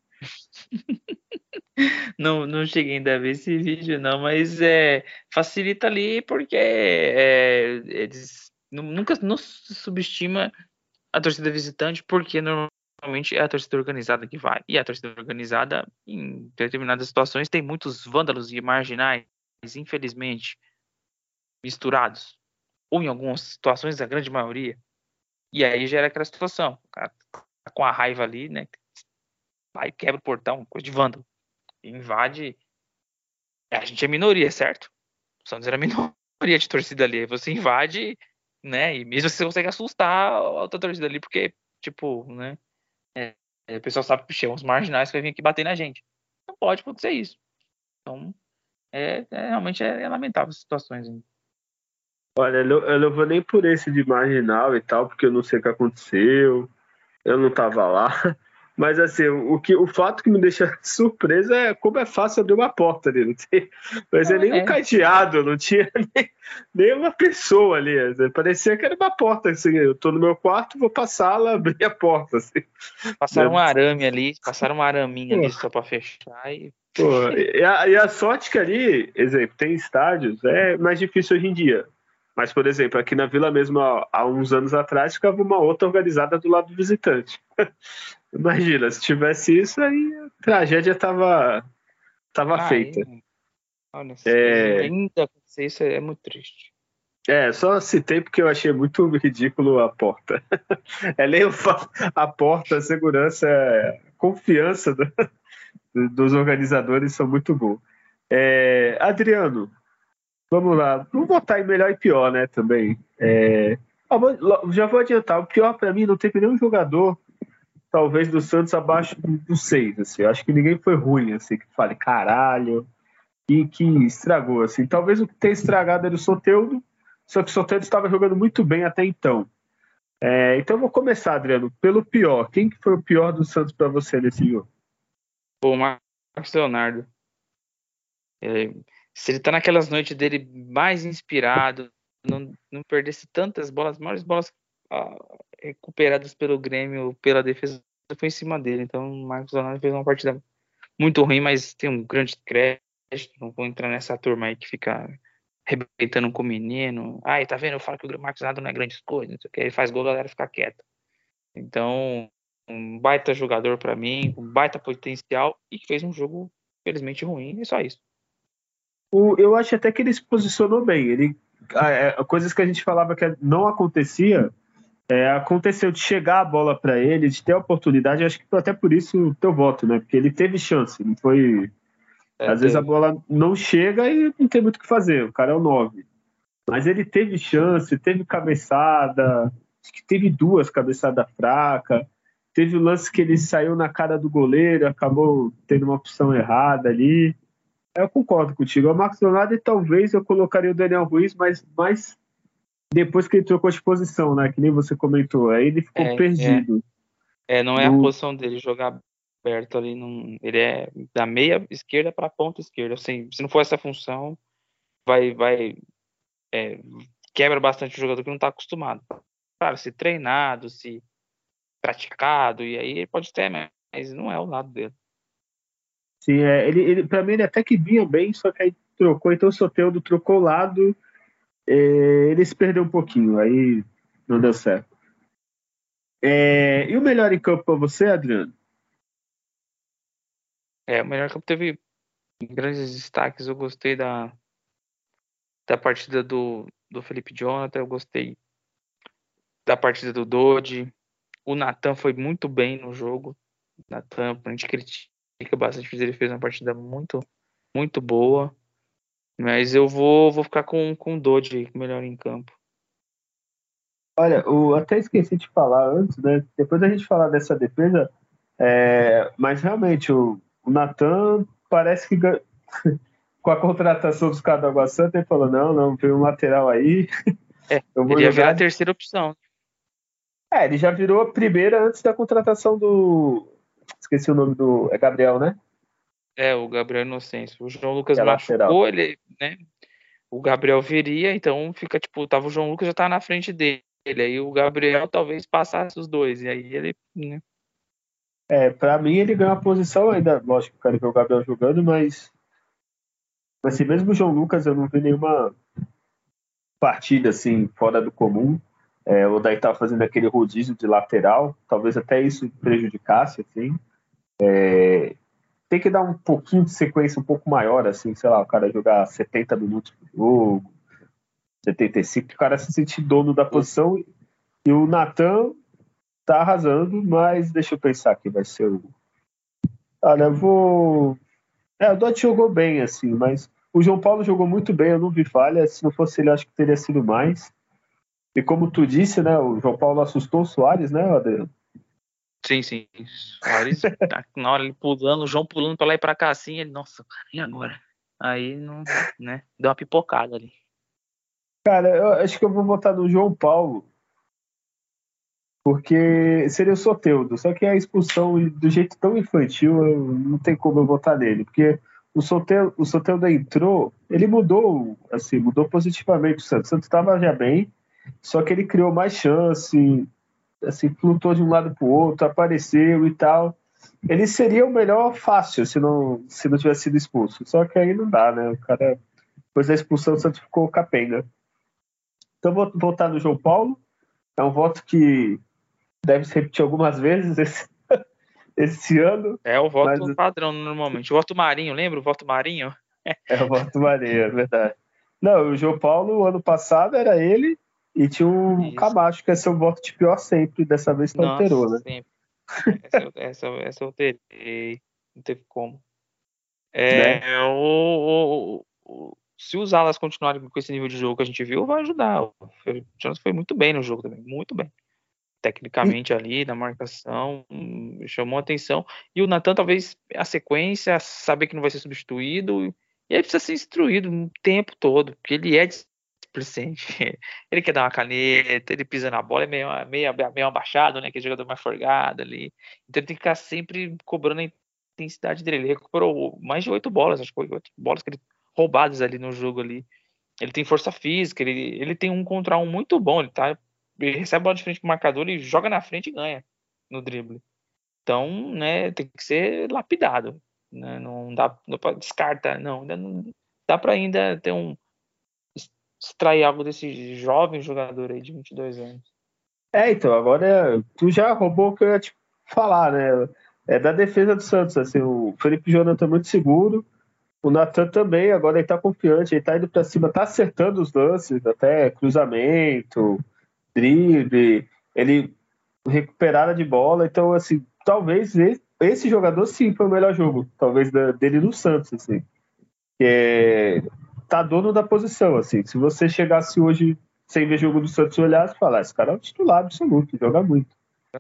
Não, não cheguei ainda a ver esse vídeo, não, mas é, facilita ali porque é, eles nunca não se subestima a torcida visitante, porque normalmente é a torcida organizada que vai. E a torcida organizada, em determinadas situações, tem muitos vândalos e marginais, infelizmente, misturados. Ou em algumas situações, a grande maioria. E aí gera aquela situação. O cara tá com a raiva ali, né? Vai, quebra o portão, coisa de vândalo. Invade. A gente é minoria, certo? O Santos era minoria de torcida ali. Você invade, né? E mesmo você consegue assustar a outra torcida ali, porque, tipo, né? É, o pessoal sabe que chegam os marginais que vai vir aqui bater na gente. Não pode acontecer isso. Então, é, é realmente é, é lamentável as situações. Hein? Olha, eu não, eu não vou nem por esse de marginal e tal, porque eu não sei o que aconteceu, eu não tava lá. Mas assim, o, que, o fato que me deixa surpreso é como é fácil abrir uma porta ali. Não tem, não tinha nem um É, cadeado, não tinha nem, nem uma pessoa ali. Assim, parecia que era uma porta. Assim, eu tô no meu quarto, vou pra sala, abrir a porta. Assim, né? passaram um arame ali, passaram um araminha Pô, ali só pra fechar e. pô, e, a, e a sorte que ali, exemplo, tem estádios, é mais difícil hoje em dia. Mas, por exemplo, aqui na Vila mesmo, há, há uns anos atrás, ficava uma outra organizada do lado do visitante. Imagina, se tivesse isso, aí a tragédia tava, tava Ah, aí, feita. olha, se É, ainda acontecer isso é muito triste. é, só citei porque eu achei muito ridículo a porta. É nem o fa- a porta, a segurança, a confiança do- dos organizadores são muito bom. É, Adriano, vamos lá. Vamos botar em melhor e pior, né, também. É, ah, vou- lo- já vou adiantar, o pior pra mim não teve nenhum jogador, talvez, do Santos abaixo do, do seis, assim. Eu acho que ninguém foi ruim, assim, que fale, caralho, e que estragou, assim. Talvez o que tenha estragado era o Soteldo, só que o Soteldo estava jogando muito bem até então. É, então eu vou começar, Adriano, pelo pior. Quem que foi o pior do Santos pra você nesse jogo? Pô, o Marcos Leonardo, é, se ele tá naquelas noites dele mais inspirado, não, não perdesse tantas bolas, as maiores bolas ah, recuperadas pelo Grêmio, pela defesa, foi em cima dele. Então o Marcos Leonardo fez uma partida muito ruim, mas tem um grande crédito. Não vou entrar nessa turma aí que fica arrebentando com o menino. Ai, tá vendo? Eu falo que o Marcos Leonardo não é grande coisa, não sei o que. Ele faz gol, a galera fica quieta. Então, um baita jogador pra mim, um baita potencial e que fez um jogo, felizmente, ruim. É só isso. O, eu acho até que ele se posicionou bem. Ele, a, a, coisas que a gente falava que não acontecia, é, aconteceu de chegar a bola para ele, de ter a oportunidade. Acho que até por isso o teu voto, né? Porque ele teve chance, não foi. É, Às vezes a teve. bola não chega e não tem muito o que fazer. O cara é o nove. Mas ele teve chance, teve cabeçada, acho que teve duas cabeçadas fracas. Teve o lance que ele saiu na cara do goleiro, acabou tendo uma opção errada ali. Eu concordo contigo. O Marcos Leonardo, talvez eu colocaria o Daniel Ruiz, mas mais depois que ele trocou de posição, né? Que nem você comentou. Aí ele ficou É, é, perdido. é, não é a No... posição dele jogar aberto ali. Não, ele é da meia esquerda para a ponta esquerda. Assim, se não for essa função, vai, vai é, quebra bastante o jogador que não está acostumado. Claro, se treinado, se praticado, e aí ele pode ter, mas não é o lado dele. Sim, é, ele, ele, pra mim ele até que vinha bem, só que aí trocou. Então o Soteldo trocou o lado, é, ele se perdeu um pouquinho, aí não deu certo. É, e o melhor em campo para você, Adriano? É, o melhor campo teve grandes destaques. Eu gostei da, da partida do, do Felipe Jonathan, eu gostei da partida do Dodi. O Natan foi muito bem no jogo. O Natan, a gente critica bastante, mas ele fez uma partida muito, muito boa. Mas eu vou, vou ficar com, com o Dodi melhor em campo. Olha, eu até esqueci de falar antes, né? Depois a gente falar dessa defesa, é, mas realmente o, o Natan parece que gan- com a contratação dos caras do Água Santa, ele falou: não, não, tem um lateral aí, É, eu vou ele ia virar a jogar. terceira opção. É, ele já virou a primeira antes da contratação do. Esqueci o nome do. É Gabriel, né? É, o Gabriel Inocêncio. O João Lucas Que é lateral. machucou, ele, né? O Gabriel viria, então fica tipo, tava o João Lucas já tava na frente dele. Aí o Gabriel talvez passasse os dois. E aí ele, né? É, pra mim ele ganhou a posição ainda. Lógico, eu quero ver o Gabriel jogando, mas. Mas assim, mesmo o João Lucas, eu não vi nenhuma partida assim, fora do comum. É, o Daí estava fazendo aquele rodízio de lateral, talvez até isso prejudicasse, assim. Tem que dar um pouquinho de sequência um pouco maior, assim, sei lá, o cara jogar setenta minutos por jogo, setenta e cinco, o cara se sentir dono da O, posição. E o Natan tá arrasando, mas deixa eu pensar que vai ser o. Olha, eu vou. É, o Dot jogou bem, assim, mas o João Paulo jogou muito bem, eu não vi falha. Se não fosse ele, acho que teria sido mais. E como tu disse, né, o João Paulo assustou o Soares, né, Adriano? sim, sim. Soares, tá na hora ele pulando, o João pulando pra lá e pra cá assim, ele, nossa, cara, e agora? Aí não, né? Deu uma pipocada ali. Cara, eu acho que eu vou votar no João Paulo, porque seria o Soteldo. Só que a expulsão do jeito tão infantil, eu- não tem como eu votar nele. Porque o Soteldo, o Soteldo entrou, ele mudou, assim, mudou positivamente o Santos. O Santos estava já bem, só que ele criou mais chance, assim, flutuou de um lado para o outro, apareceu e tal. Ele seria o melhor fácil se não, se não tivesse sido expulso. Só que aí não dá, né? O cara, depois da expulsão, o Santos ficou capenga. Então vou votar no João Paulo. É um voto que deve se repetir algumas vezes esse, esse ano, É o mas voto padrão, normalmente. O voto Marinho, lembra o voto Marinho? é o voto Maria, é verdade. Não, o João Paulo, ano passado, era ele e tinha o Isso. Camacho, que ia ser o voto de pior sempre. Dessa vez que alterou, Nossa, né? sempre. Essa, eu- essa, eu- essa eu terei. Não teve como. né? É, o, o- o- se os alas continuarem com esse nível de jogo que a gente viu, vai ajudar. O Santos foi muito bem no jogo também, muito bem. E, Tecnicamente ali, na marcação, hum, chamou atenção. E o Natan, talvez a sequência, saber que não vai ser substituído, e ele precisa ser instruído o tempo todo, porque ele é displicente. Ele quer dar uma caneta, ele pisa na bola, é meio, meio, meio abaixado, né? Que é jogador mais folgado ali. Então ele tem que ficar sempre cobrando a intensidade dele. Ele recuperou mais de oito bolas, acho que foi oito bolas que ele roubadas ali no jogo ali. Ele tem força física, ele, ele tem um contra um muito bom, ele tá ele recebe a bola de frente pro marcador e joga na frente e ganha no drible. Então, né, tem que ser lapidado, né? Não dá, não pode descartar, não, ainda não dá para ainda ter um extrair algo desse jovem jogador aí de vinte e dois anos. é, então, agora tu já roubou o que eu ia te falar, né? É da defesa do Santos, assim, o Felipe Jonathan é muito seguro, o Natan também, agora ele tá confiante, ele tá indo pra cima, tá acertando os lances, até cruzamento, drible, ele recuperada de bola, então, assim, talvez esse jogador sim foi o melhor jogo, talvez dele no Santos, assim, que é, tá dono da posição, assim, se você chegasse hoje sem ver jogo do Santos e olhasse, falar, esse cara é o titular absoluto, joga muito.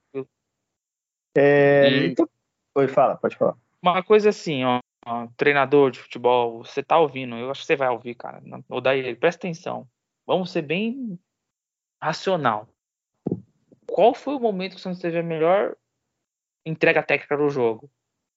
É, E então, oi, fala, pode falar. uma coisa assim, ó, ó, treinador de futebol, você tá ouvindo, eu acho que você vai ouvir, cara. Ou daí, presta atenção. Vamos ser bem racional. Qual foi o momento que o Santos teve a melhor entrega técnica do jogo?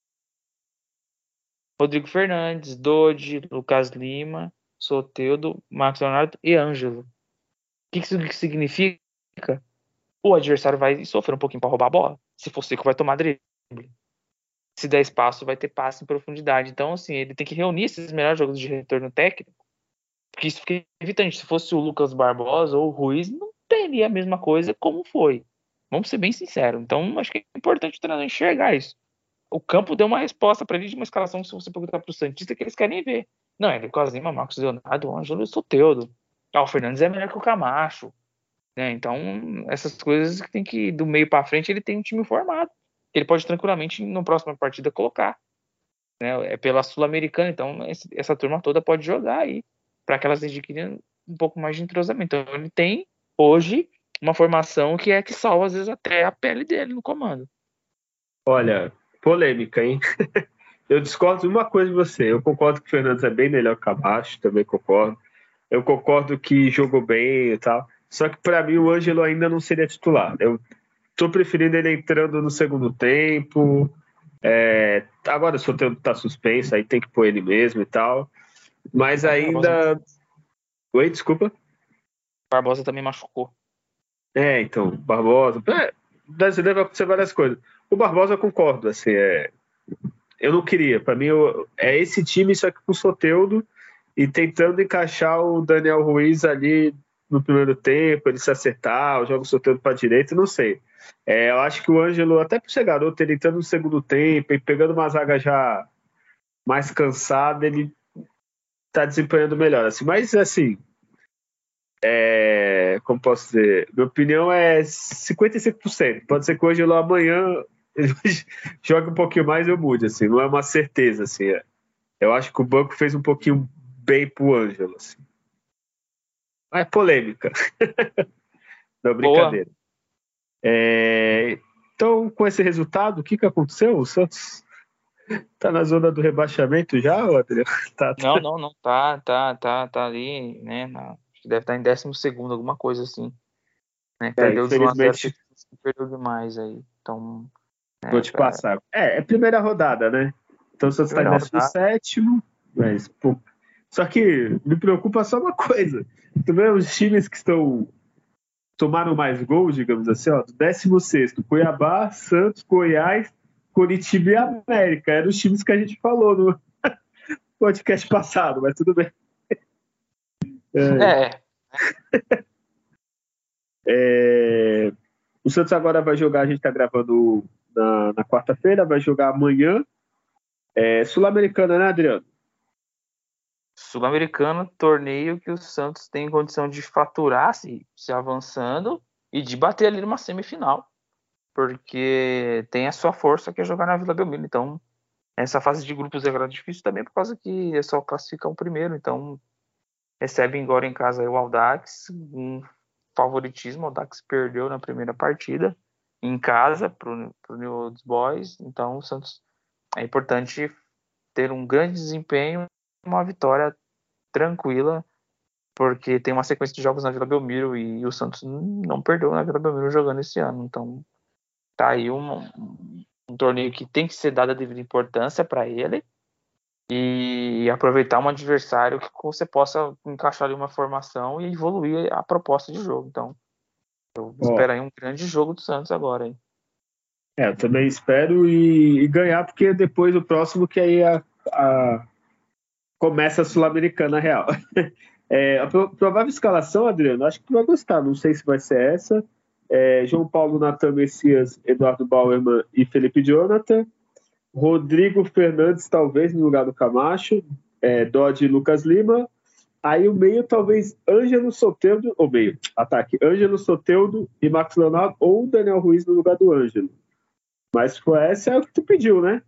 Rodrigo Fernandes, Dodi, Lucas Lima, Soteldo, Marcos Leonardo e Ângelo. O que isso significa? O adversário vai sofrer um pouquinho para roubar a bola. Se for seco, vai tomar drible. Se der espaço, vai ter passe em profundidade. Então, assim, ele tem que reunir esses melhores jogos de retorno técnico, porque isso fica evidente. Se fosse o Lucas Barbosa ou o Ruiz, não teria a mesma coisa como foi. Vamos ser bem sinceros. Então, acho que é importante o treinador enxergar isso. O campo deu uma resposta para ele de uma escalação que, se você perguntar para o Santista, que eles querem ver. Não, é Lucas Lima, Marcos Leonardo, Ângelo e Soteldo. Ah, o Fernandes é melhor que o Camacho. Né? Então, essas coisas que tem que, do meio para frente, ele tem um time formado. Que ele pode tranquilamente, na próxima partida, colocar. Né? É pela Sul-Americana, então esse, essa turma toda pode jogar aí. Para que elas adquirem um pouco mais de entrosamento. Então, ele tem, hoje, uma formação que é que salva, às vezes, até a pele dele no comando. Olha, polêmica, hein? Eu discordo de uma coisa de você. Eu concordo que o Fernandes é bem melhor que o Camacho, também concordo. Eu concordo que jogou bem e tal. Só que para mim o Ângelo ainda não seria titular. Eu tô preferindo ele entrando no segundo tempo. É, agora o Soteldo tá suspenso, aí tem que pôr ele mesmo e tal. Mas O Barbosa, ainda. Oi, desculpa. Barbosa também machucou. É, então, Barbosa. É, brasileiro vai acontecer várias coisas. O Barbosa eu concordo, assim, é, eu não queria. Para mim, eu, é esse time, só que com o Soteldo e tentando encaixar o Daniel Ruiz ali no primeiro tempo, ele se acertar, joga o Soteldo para a direita, não sei. É, eu acho que o Ângelo, até por ser garoto, ele entrando no segundo tempo e pegando uma zaga já mais cansada, ele tá desempenhando melhor. Assim, mas, assim, é, como posso dizer? Minha opinião é cinquenta e cinco por cento. Pode ser que o Ângelo amanhã ele jogue um pouquinho mais e eu mude, assim, não é uma certeza, assim. É. Eu acho que o banco fez um pouquinho bem pro Ângelo, assim. Mas é polêmica. Não, Boa. brincadeira. É, então, com esse resultado, o que, que aconteceu? O Santos tá na zona do rebaixamento já, Adriano? Tá, Não, tá. não, não. Tá, tá, tá, tá ali, né? Na que deve estar em décimo segundo, alguma coisa assim. Né? É, Perdeu de um a zero, infelizmente, perdeu demais aí. Então, vou é, te pra- passar. É, é primeira rodada, né? Então o Santos está em primeira décimo rodada. sétimo, mas, pô. Só que me preocupa só uma coisa. Tu vê os times que estão tomaram mais gols, digamos assim, ó, do décimo sexto, Cuiabá, Santos, Goiás, Coritiba e América. Eram os times que a gente falou no podcast passado, mas tudo bem. É, É, o Santos agora vai jogar, a gente está gravando na, na quarta-feira, vai jogar amanhã. É, Sul-Americana, né, Adriano? Sul-Americano, torneio que o Santos tem condição de faturar, se, se avançando, e de bater ali numa semifinal. Porque tem a sua força que é jogar na Vila Belmiro. Então, essa fase de grupos é difícil também por causa que é só classificar um primeiro. Então, recebe agora em casa o Audax, um favoritismo. O Audax perdeu na primeira partida em casa para o New Old Boys. Então, o Santos é importante ter um grande desempenho, uma vitória tranquila, porque tem uma sequência de jogos na Vila Belmiro e o Santos não perdeu na Vila Belmiro jogando esse ano. Então, tá aí um, um torneio que tem que ser dado a devida importância para ele e aproveitar um adversário que você possa encaixar ali uma formação e evoluir a proposta de jogo. Então, eu Ó, espero aí um grande jogo do Santos agora, hein? é, eu também espero e, e ganhar, porque depois o próximo que aí a, a- começa a Sul-Americana real. É, a pro- provável escalação, Adriano, acho que tu vai gostar, não sei se vai ser essa. É, João Paulo, Natan Messias, Eduardo Bauerman e Felipe Jonathan. Rodrigo Fernandes, talvez, no lugar do Camacho. É, Dodge e Lucas Lima. Aí o meio, talvez, Ângelo Soteldo, ou meio, ataque, Ângelo Soteldo e Max Leonardo, ou Daniel Ruiz no lugar do Ângelo. Mas foi essa é o que tu pediu, né?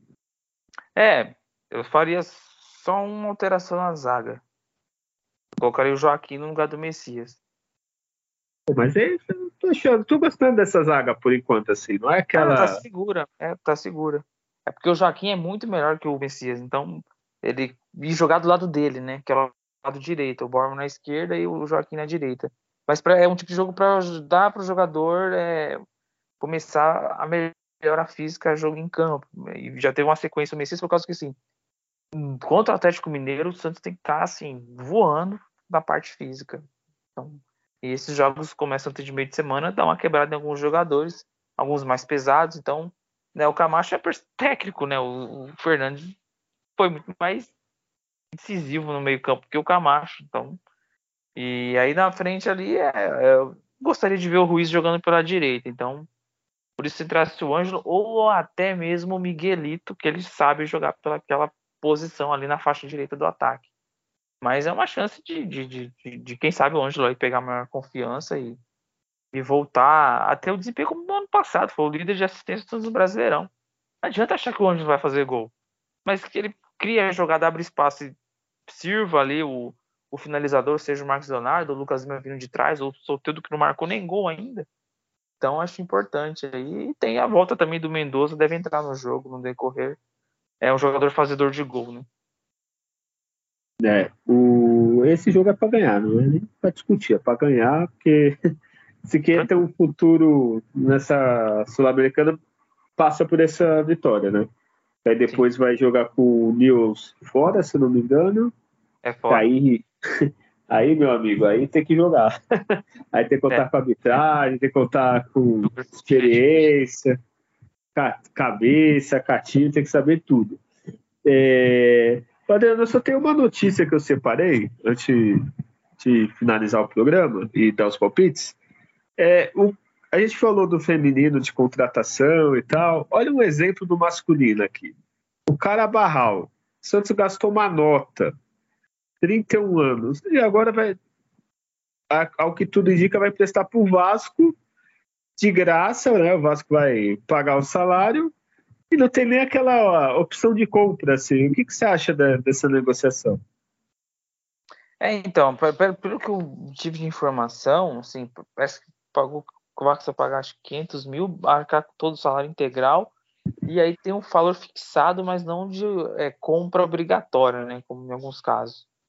É, eu faria só uma alteração na zaga. Colocaria o Joaquim no lugar do Messias. Pô, mas aí, eu tô achando, tô gostando dessa zaga por enquanto, assim. Não é Ah, tá aquela. segura. É, tá segura. É porque o Joaquim é muito melhor que o Messias. Então, ele ia jogar do lado dele, né? Que é o lado direito. O Borman na esquerda e o Joaquim na direita. Mas pra, é um tipo de jogo para dar para o jogador é, começar a melhorar a física jogo em campo. E já teve uma sequência o Messias por causa que, assim, contra o Atlético Mineiro, o Santos tem que estar, assim, voando na parte física. Então, e esses jogos começam de meio de semana, dá uma quebrada em alguns jogadores, alguns mais pesados. Então, né, o Camacho é técnico, né? O, o Fernandes foi muito mais decisivo no meio-campo que o Camacho. Então, e aí na frente ali, é, é, eu gostaria de ver o Ruiz jogando pela direita. Então, por isso se entrasse o Ângelo ou até mesmo o Miguelito, que ele sabe jogar pelaquela posição ali na faixa direita do ataque. Mas é uma chance de, de, de, de, de quem sabe o Ângelo aí pegar maior confiança e, e voltar a ter o desempenho como no ano passado. Foi o líder de assistências do Brasileirão. Não adianta achar que o Ângelo vai fazer gol. Mas que ele cria a jogada, abre espaço e sirva ali o, o finalizador, seja o Marcos Leonardo, o Lucas Lima vindo de trás, ou o Soteldo que não marcou nem gol ainda. Então acho importante. E tem a volta também do Mendoza, deve entrar no jogo no decorrer. É um jogador fazedor de gol, né? É, o, esse jogo é para ganhar, não é nem para discutir, é para ganhar, porque se quer ter um futuro nessa Sul-Americana, passa por essa vitória, né? Aí Sim, depois vai jogar com o Nils fora, se não me engano. é fora. Aí, aí, meu amigo, aí tem que jogar. Aí tem que É, contar com arbitragem, tem que contar com jogo é difícil. experiência, cabeça, catinho, tem que saber tudo. É... Adriano, eu só tenho uma notícia que eu separei antes de finalizar o programa e dar os palpites. É, o... A gente falou do feminino de contratação e tal. Olha um exemplo do masculino aqui. O Carabarral. O Santos gastou uma nota, trinta e um anos, e agora vai, ao que tudo indica, vai prestar para o Vasco de graça, né? O Vasco vai pagar o salário e não tem nem aquela opção de compra, assim. O que, que você acha da, dessa negociação? É, então, pelo que eu tive de informação, assim, parece que pagou, o Vasco vai pagar acho que quinhentos mil, arcar com todo o salário integral, e aí tem um valor fixado, mas não de é, compra obrigatória, né, como em alguns casos.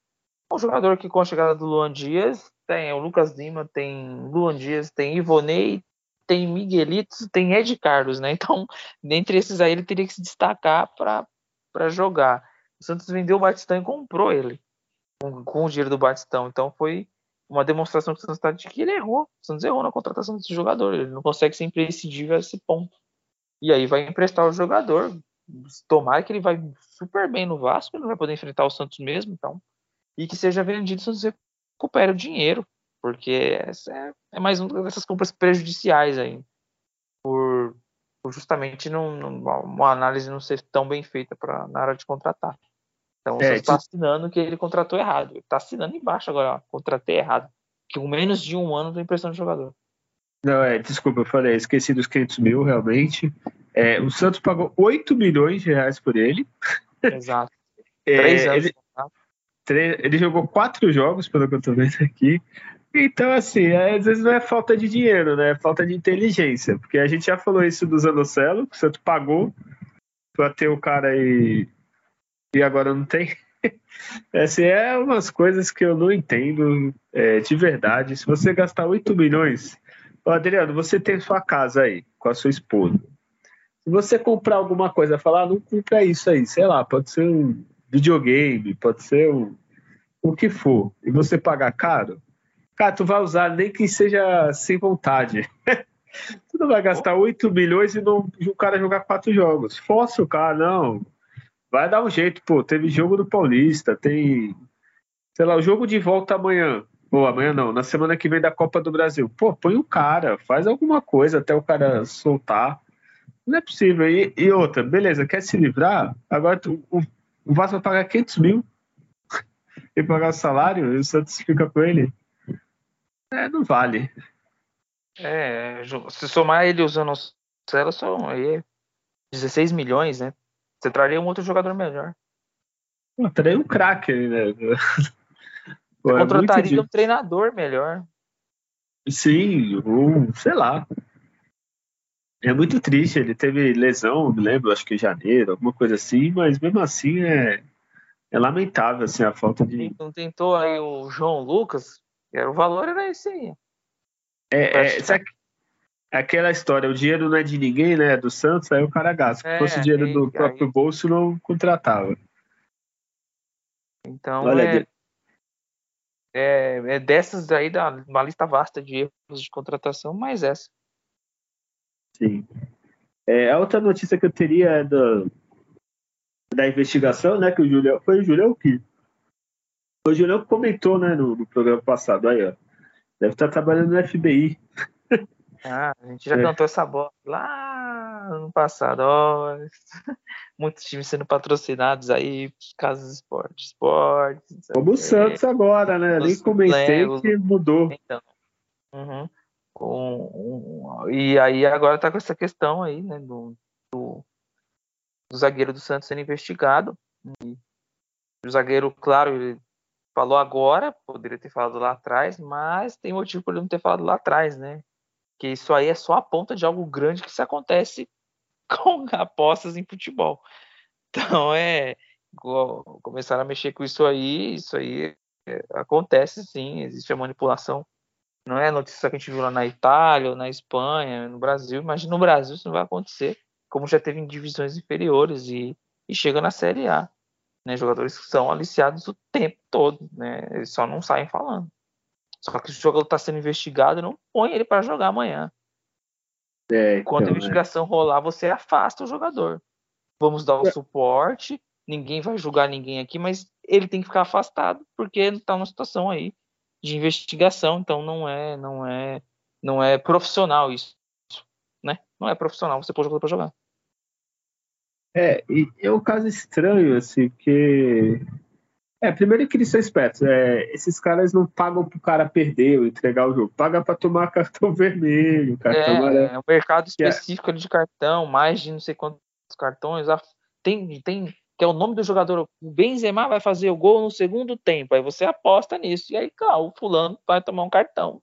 Um jogador que com a chegada do Luan Dias, tem o Lucas Lima, tem Luan Dias, tem Ivonei, tem Miguelito, tem Ed Carlos, né? Então, dentre esses aí, ele teria que se destacar para jogar. O Santos vendeu o Batistão e comprou ele com, com o dinheiro do Batistão. Então, foi uma demonstração que o Santos está de que ele errou. O Santos errou na contratação desse jogador. Ele não consegue ser imprescindível a esse ponto. E aí vai emprestar o jogador. Tomara que ele vai super bem no Vasco, ele não vai poder enfrentar o Santos mesmo, então. E que seja vendido, se você recupera o dinheiro, porque essa é, é mais uma dessas compras prejudiciais aí, por, por justamente não, não, uma análise não ser tão bem feita pra, na hora de contratar. Então você É, está des- assinando que ele contratou errado. Ele está assinando embaixo agora, ó, contratei errado. Que com menos de um ano tem impressão de jogador. não, é, desculpa, eu falei, esqueci dos quinhentos mil, realmente. É, o Santos pagou oito milhões de reais por ele. Exato. Três É, anos ele, de contrato. tre- ele jogou quatro jogos, pelo que eu tô vendo aqui. Então, assim, é, às vezes não é falta de dinheiro, né? É falta de inteligência. Porque a gente já falou isso do Zanocelo, que o Santos pagou pra ter o cara aí e agora não tem. Assim, é umas coisas que eu não entendo é, de verdade. Se você gastar oito milhões, ô, Adriano, você tem sua casa aí com a sua esposa. Se você comprar alguma coisa, falar, ah, não compra isso aí, sei lá, pode ser um videogame, pode ser um, o que for, e você pagar caro, cara, tu vai usar nem que seja sem vontade. Tu não vai gastar oito milhões e não, o cara jogar quatro jogos. Força o cara, não. Vai dar um jeito, pô. Teve jogo do Paulista, tem, sei lá, o jogo de volta amanhã. Ou amanhã não, na semana que vem da Copa do Brasil. Pô, põe o cara, faz alguma coisa até o cara soltar. Não é possível. E, e outra, beleza, quer se livrar? Agora tu, o, o Vasco vai pagar quinhentos mil e pagar o salário e o Santos fica com ele. É, não vale. É, se somar ele usando o Celo, são aí dezesseis milhões, né? Você traria um outro jogador melhor. Pô, traí um craque aí, né? Você Pô, é muito contrataria um de... treinador melhor. Sim, ou sei lá. É muito triste. Ele teve lesão, me lembro, acho que em janeiro, alguma coisa assim, mas mesmo assim é, é lamentável assim, a falta de. Não tentou aí o João Lucas, que era, o valor era esse aí. É, é, Praticamente. sabe aquela história, o dinheiro não é de ninguém, né? É do Santos, aí o cara gasta. Se fosse É, dinheiro aí, do próprio aí, bolso, não contratava. então Olha, é, é, é dessas aí, da uma lista vasta de erros de contratação, mas essa. sim. É, a outra notícia que eu teria é do, da investigação, né? Que o Julião. Foi o Julião que. Foi o Julião que comentou, né, no, no programa passado. Aí, ó. Deve estar trabalhando no F B I. Ah, a gente já É. cantou essa bola lá no passado. Ó, muitos times sendo patrocinados aí, Casas Esporte, Esportes, não sei o Como o quê. Santos agora, né? Nem Os comentei Lemos, que mudou. então. Uhum. Um, um, e aí agora tá com essa questão aí, né, do, do zagueiro do Santos sendo investigado. E o zagueiro, claro, ele falou agora, poderia ter falado lá atrás, mas tem motivo por ele não ter falado lá atrás, né? Que isso aí é só a ponta de algo grande que se acontece com apostas em futebol. Então é começar a mexer com isso aí, isso aí é, acontece sim, existe a manipulação. Não é a notícia que a gente viu lá na Itália, ou na Espanha, no Brasil. Imagina no Brasil isso não vai acontecer, como já teve em divisões inferiores e, e chega na Série A. Né? Jogadores que são aliciados o tempo todo, né? Eles só não saem falando. Só que se o jogador está sendo investigado, não põe ele para jogar amanhã. É, Quando a então, é. investigação rolar, você afasta o jogador. Vamos dar o suporte, ninguém vai julgar ninguém aqui, mas ele tem que ficar afastado porque está numa situação aí de investigação, então não é, não é, não é profissional isso, né? Não é profissional você pôr o jogador para jogar. É, e é um caso estranho, assim, porque. É, primeiro que eles são espertos. É, esses caras não pagam pro cara perder ou entregar o jogo. Paga pra tomar cartão vermelho, cartão amarelo. É, é um mercado Que é, específico ali de cartão, mais de não sei quantos cartões. Ah, tem, tem, que é o nome do jogador. O Benzema vai fazer o gol no segundo tempo. Aí você aposta nisso. E aí, cara, o fulano vai tomar um cartão.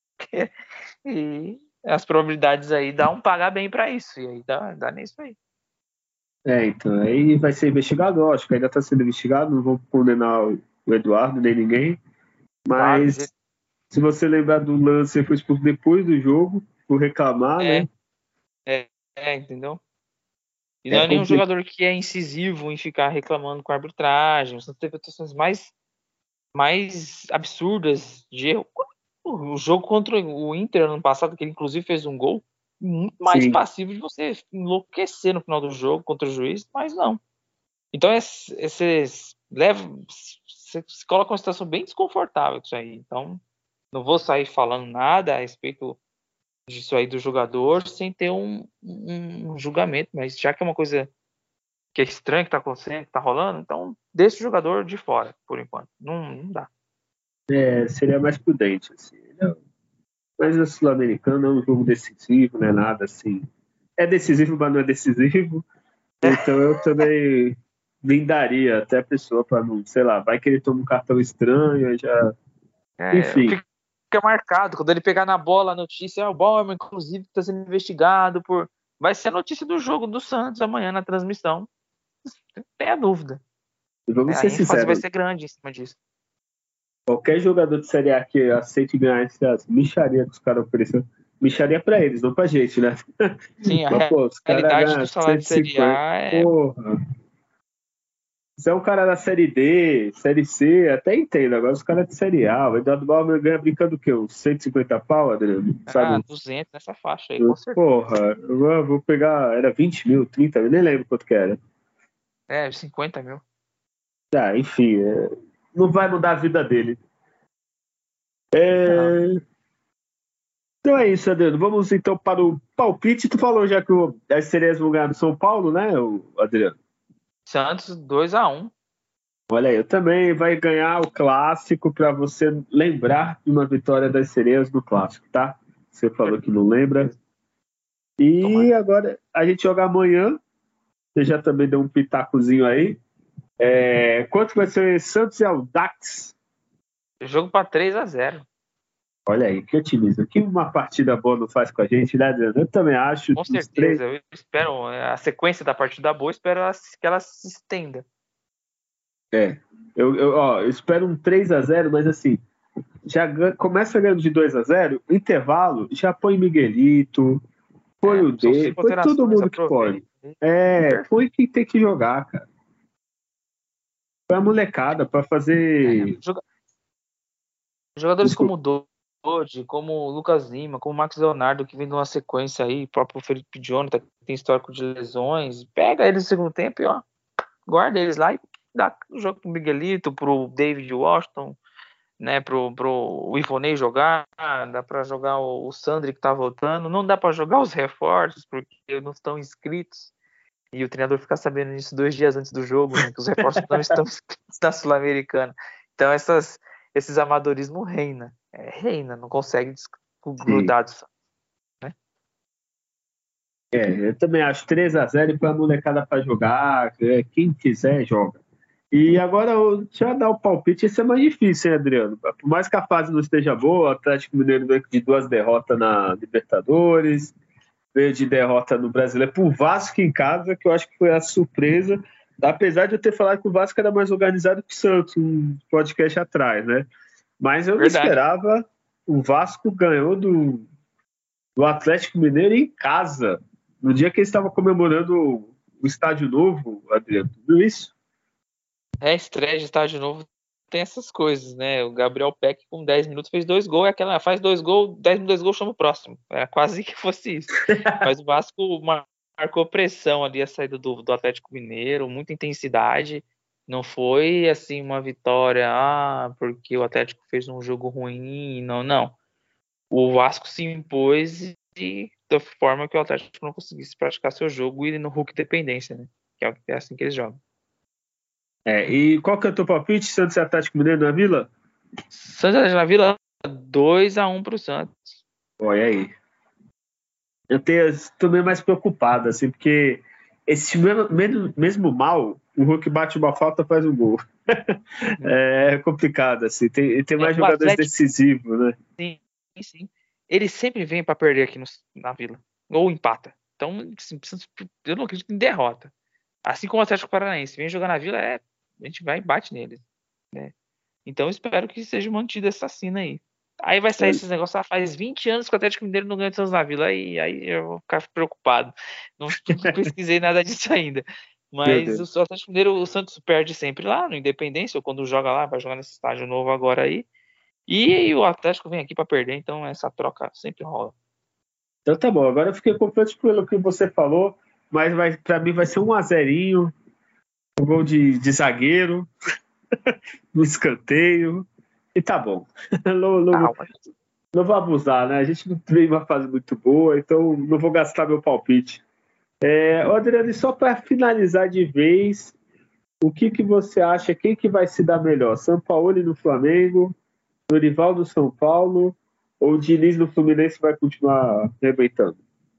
E as probabilidades aí dá um pagar bem para isso. E aí dá, dá nisso aí. é, então, aí vai ser investigado, acho que ainda está sendo investigado, não vão condenar o, o Eduardo, nem ninguém. Claro, Mas gente. se você lembrar do lance, foi expulso depois do jogo, por reclamar, É, né? é, é, entendeu? E não É é nenhum complicado. jogador que é incisivo em ficar reclamando com a arbitragem. São interpretações mais, mais absurdas de erro. O jogo contra o Inter ano passado, que ele inclusive fez um gol, muito mais Sim, passivo de você enlouquecer no final do jogo contra o juiz, mas não. Então, esses leva, você se coloca uma situação bem desconfortável com isso aí. Então, não vou sair falando nada a respeito disso aí do jogador sem ter um, um, um julgamento, mas já que é uma coisa que é estranha que tá acontecendo, que tá rolando, então deixa o jogador de fora, por enquanto. Não, não dá. é, seria mais prudente, assim. Não. Mas o Sul-Americano é um jogo decisivo, não é nada assim. É decisivo, mas não é decisivo. Então eu também blindaria até a pessoa para não, sei lá, vai que ele toma um cartão estranho, já. É, Enfim, fica marcado, quando ele pegar na bola a notícia, é o Bauerman, inclusive, está sendo investigado por. Vai ser a notícia do jogo do Santos amanhã na transmissão. Não tem a dúvida. vamos A ser ênfase vai sinceros. ser grande em cima disso. Qualquer jogador de Série A que aceite ganhar essas micharia que os caras oferecem, micharia pra eles, não pra gente, né? Sim, a Mas, pô, os caras realidade ganham do salário de Série cento e cinquenta. A é. Porra. Se é um cara da Série D, Série C, até entendo. Agora os caras de Série A, o Eduardo Balmer ganha brincando o quê? Uns cento e cinquenta pau, Adriano? Ah, Sabe? duzentos nessa faixa aí, com certeza. Porra, eu vou pegar. Era vinte mil, trinta mil, nem lembro quanto que era. É, cinquenta mil. Ah, enfim, é, não vai mudar a vida dele. Não. É, então é isso, Adriano. Vamos então para o palpite. Tu falou já que o, as sereias vão ganhar do São Paulo, né, o Adriano? Santos dois a um. Olha aí, eu também vai ganhar o clássico para você lembrar de uma vitória das sereias do clássico, tá? Você falou que não lembra. E Tomara. agora a gente joga amanhã. Você já também deu um pitacozinho aí. É, quanto vai ser Santos e Audax? Jogo para três a zero. Olha aí, que otimismo. Que uma partida boa não faz com a gente, né, Adriano? Eu também acho. Com Os três. certeza. Eu espero a sequência da partida boa, espero que ela se estenda. É. Eu, eu, ó, eu espero um três a zero, mas assim, já ganha, começa ganhando de dois a zero, intervalo, já põe Miguelito, põe É, o são D, cinco põe todo alterações, mundo que pode. aproveita. É, Perfeito. põe quem tem que jogar, cara. Põe a molecada pra É, fazer. joga- jogadores como Desculpa. o Dodge, como o Lucas Lima, como o Max Leonardo, que vem de uma sequência aí, o próprio Felipe Jonathan, que tem histórico de lesões, pega eles no segundo tempo e ó, guarda eles lá e dá o jogo pro Miguelito, pro David Washington, né, pro, pro Ivonei jogar, dá pra jogar o, o Sandri que tá voltando, não dá pra jogar os reforços, porque não estão inscritos. E o treinador fica sabendo disso dois dias antes do jogo, né? Que os reforços não estão inscritos na Sul-Americana. Então essas, esses amadorismo reina. É, reina, não consegue Sim. grudar disso, né? É, eu também acho três a zero e põe a molecada pra jogar. É, quem quiser, joga. E agora, já dar o palpite, isso é mais difícil, hein, Adriano? Por mais que a fase não esteja boa, o Atlético Mineiro veio de duas derrotas na Libertadores, veio de derrota no Brasileiro pro Vasco em casa, que eu acho que foi a surpresa, apesar de eu ter falado que o Vasco era mais organizado que o Santos, um podcast atrás, né? Mas eu não Verdade. esperava. O Vasco ganhou do, do Atlético Mineiro em casa, no dia que eles estavam comemorando o estádio novo, Adriano. Viu isso? É, estreia de estádio novo tem essas coisas, né? O Gabriel Peck com dez minutos fez dois gols, é aquela, faz dois gols, dez minutos, dois gols, chama o próximo. É quase que fosse isso. Mas o Vasco marcou pressão ali a saída do, do Atlético Mineiro, muita intensidade. Não foi assim uma vitória, ah, porque o Atlético fez um jogo ruim, não, não. O Vasco se impôs e da forma que o Atlético não conseguisse praticar seu jogo e no Hulk dependência, né? Que é, é assim que eles jogam. É, e qual que é o teu palpite, Santos e Atlético Mineiro na Vila? Santos na Vila, dois a um pro Santos. Olha aí. Eu tenho, tô meio mais preocupado, assim, porque esse mesmo, mesmo, mesmo mal, o Hulk bate uma falta, faz um gol. É complicado, assim. Tem, tem É, mais o jogadores Atlético, decisivos, né? sim, sim. Ele sempre vem para perder aqui no, na Vila. Ou empata. Então, assim, eu não acredito em derrota. Assim como o Atlético Paranaense vem jogar na Vila, é, a gente vai e bate neles. Né? Então eu espero que seja mantida essa cena aí. Aí vai sair É. esses negócios, ah, faz vinte anos que o Atlético Mineiro não ganha de Santos na Vila, e aí eu vou ficar preocupado. Não, não pesquisei nada disso ainda. Meu Mas Deus. o Atlético Mineiro, o Santos perde sempre lá no Independência, ou quando joga lá, vai jogar nesse estádio novo agora aí. E o Atlético vem aqui para perder, então essa troca sempre rola. Então tá bom, agora eu fiquei confiante pelo que você falou, mas vai, pra mim vai ser um a zerinho, um gol de, de zagueiro, no escanteio, e tá bom. Não, não, Calma. não vou abusar, né? A gente não tem uma fase muito boa, então não vou gastar meu palpite. É, ô, Adriano, e só para finalizar de vez, o que, que você acha, quem que vai se dar melhor? São Paulo no Flamengo, Dorival do São Paulo, ou o Diniz no Fluminense vai continuar arrebentando?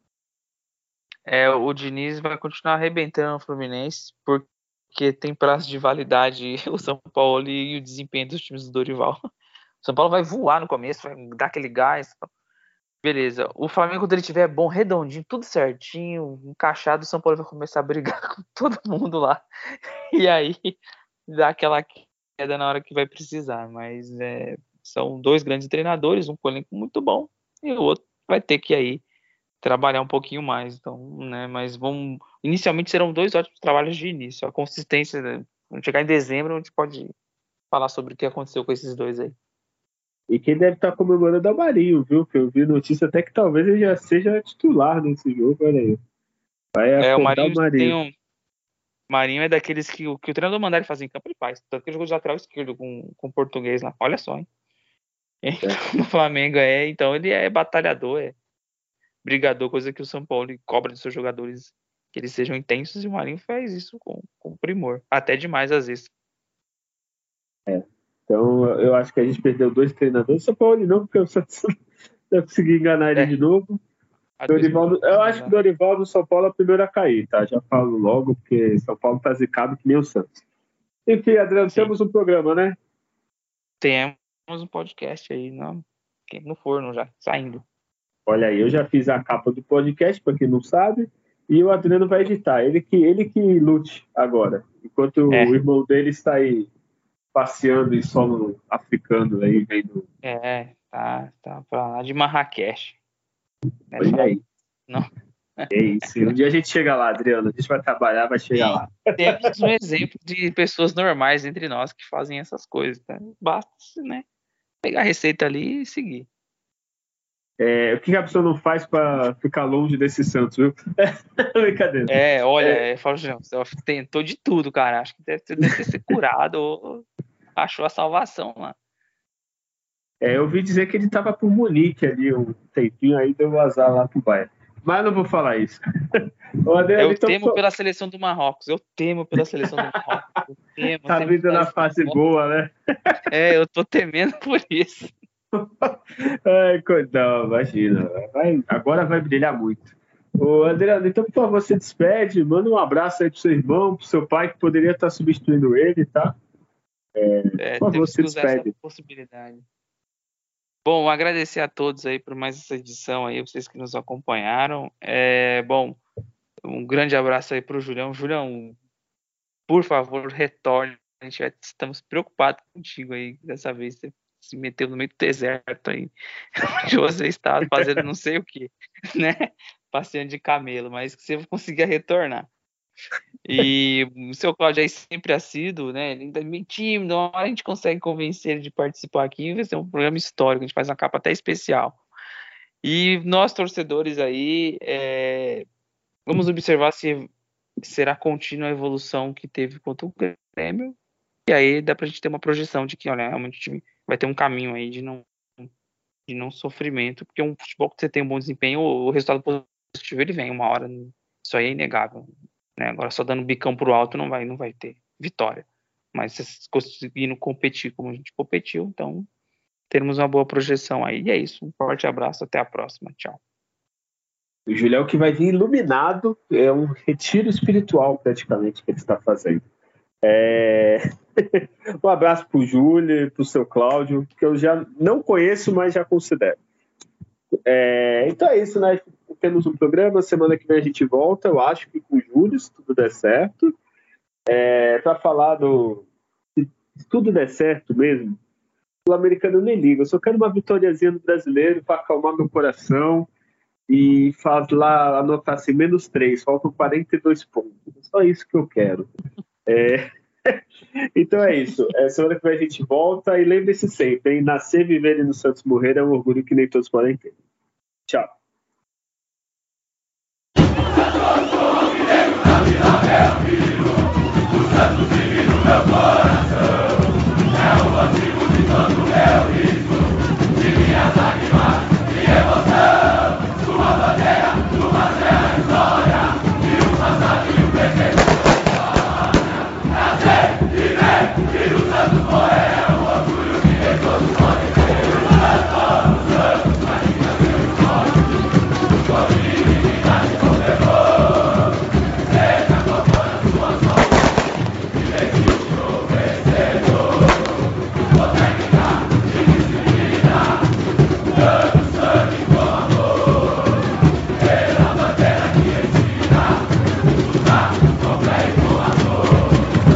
É, o Diniz vai continuar arrebentando o Fluminense, porque tem prazo de validade o São Paulo e o desempenho dos times do Dorival. O São Paulo vai voar no começo, vai dar aquele gás. Beleza. O Flamengo, quando ele tiver bom, redondinho, tudo certinho, encaixado, o São Paulo vai começar a brigar com todo mundo lá. E aí dá aquela queda na hora que vai precisar. Mas é, são dois grandes treinadores, um com elenco muito bom, e o outro vai ter que aí trabalhar um pouquinho mais. Então, né? Mas vão. Inicialmente serão dois ótimos trabalhos de início. A consistência, né? Quando chegar em dezembro, a gente pode falar sobre o que aconteceu com esses dois aí. E quem deve estar comemorando é o Marinho, viu? Que eu vi notícia até que talvez ele já seja titular nesse jogo, olha aí. Vai É, o acordar o Marinho tem Marinho. um. Marinho é daqueles que, que o treinador mandar ele fazer em campo, ele faz. Tanto que ele jogou de lateral esquerdo com, com o português lá. Olha só, hein? Então, É. no Flamengo é. Então, ele é batalhador, é brigador, coisa que o São Paulo cobra dos seus jogadores que eles sejam intensos, e o Marinho faz isso com, com primor. Até demais, às vezes. É. Então eu acho que a gente perdeu dois treinadores. São Paulo não, porque o Santos não conseguiu enganar ele É, de novo. há dois Dorival, pontos, eu acho que o exato. Dorival do São Paulo é o primeiro a cair, tá? Já falo logo, porque São Paulo tá zicado que nem o Santos. Enfim, Adriano, Sim. temos um programa, né? Temos um podcast aí no, no forno já, saindo. Olha aí, eu já fiz a capa do podcast, para quem não sabe, e o Adriano vai editar. Ele que, ele que lute agora, enquanto o É, irmão dele está aí passeando em solo africano aí, vendo. é, tá, tá pra lá de Marrakech. Né? Olha Fala, aí, não. é isso. Um dia a gente chega lá, Adriano. A gente vai trabalhar, vai chegar E lá. temos um exemplo de pessoas normais entre nós que fazem essas coisas. Tá? Basta, né, pegar a receita ali e seguir. É, o que a pessoa não faz para ficar longe desse Santos, viu? Brincadeira. É, olha, É, é, fala, João, você tentou de tudo, cara. Acho que deve, ter- deve ter se curado ou achou a salvação lá. é, eu ouvi dizer que ele estava por Munique ali um tempinho, aí deu um azar lá pro Bayern. Mas não vou falar isso. Ô, Adriano, Eu então, temo pela seleção do Marrocos. Eu temo pela seleção do Marrocos. Eu temo, eu tá temo vindo que na eles não fase vão. boa, né? É, eu tô temendo por isso. Ai, não, imagina. Vai, agora vai brilhar muito. Ô, Adriano, então, por favor, você despede, manda um abraço aí pro seu irmão, pro seu pai, que poderia estar substituindo ele, tá? É, Por favor, temos se que usar essa despede. possibilidade. Bom, agradecer a todos aí por mais essa edição aí, vocês que nos acompanharam. É, bom, um grande abraço aí pro Julião. Julião, por favor, retorne. A gente vai, estamos preocupados contigo aí. Dessa vez você se meteu no meio do deserto aí. Onde você está fazendo não sei o que, né? Passeando de camelo, mas que você consiga retornar. E o seu Cláudio aí sempre assíduo, né? Ele ainda é meio tímido, uma hora a gente consegue convencer ele de participar aqui. Vai ser um programa histórico, a gente faz uma capa até especial. E nós, torcedores aí, é, vamos observar se será contínua a evolução que teve contra o Grêmio. E aí dá pra gente ter uma projeção de que, olha, realmente o time vai ter um caminho aí de não, de não sofrimento, porque um futebol que você tem um bom desempenho, o resultado positivo ele vem uma hora, isso aí é inegável, né? Agora só dando bicão pro alto não vai, não vai ter vitória. Mas se conseguindo competir como a gente competiu, então teremos uma boa projeção aí. E é isso, um forte abraço, até a próxima, tchau. O Julião que vai vir iluminado, é um retiro espiritual praticamente que ele está fazendo. É... um abraço para o Júlio, para o seu Cláudio, que eu já não conheço, mas já considero. É... Então é isso, né? Temos um programa, semana que vem a gente volta, eu acho que com o Júlio, se tudo der certo, é... para falar do... tudo der certo mesmo, o americano nem liga. Eu só quero uma vitóriazinha do brasileiro para acalmar meu coração e faz lá, anotar assim, menos três, faltam quarenta e dois pontos. É só isso que eu quero. É... Então é isso. É, semana que vem a gente volta e lembre-se sempre, hein? Nascer, viver e no Santos morrer é um orgulho que nem todos podem ter. Tchau.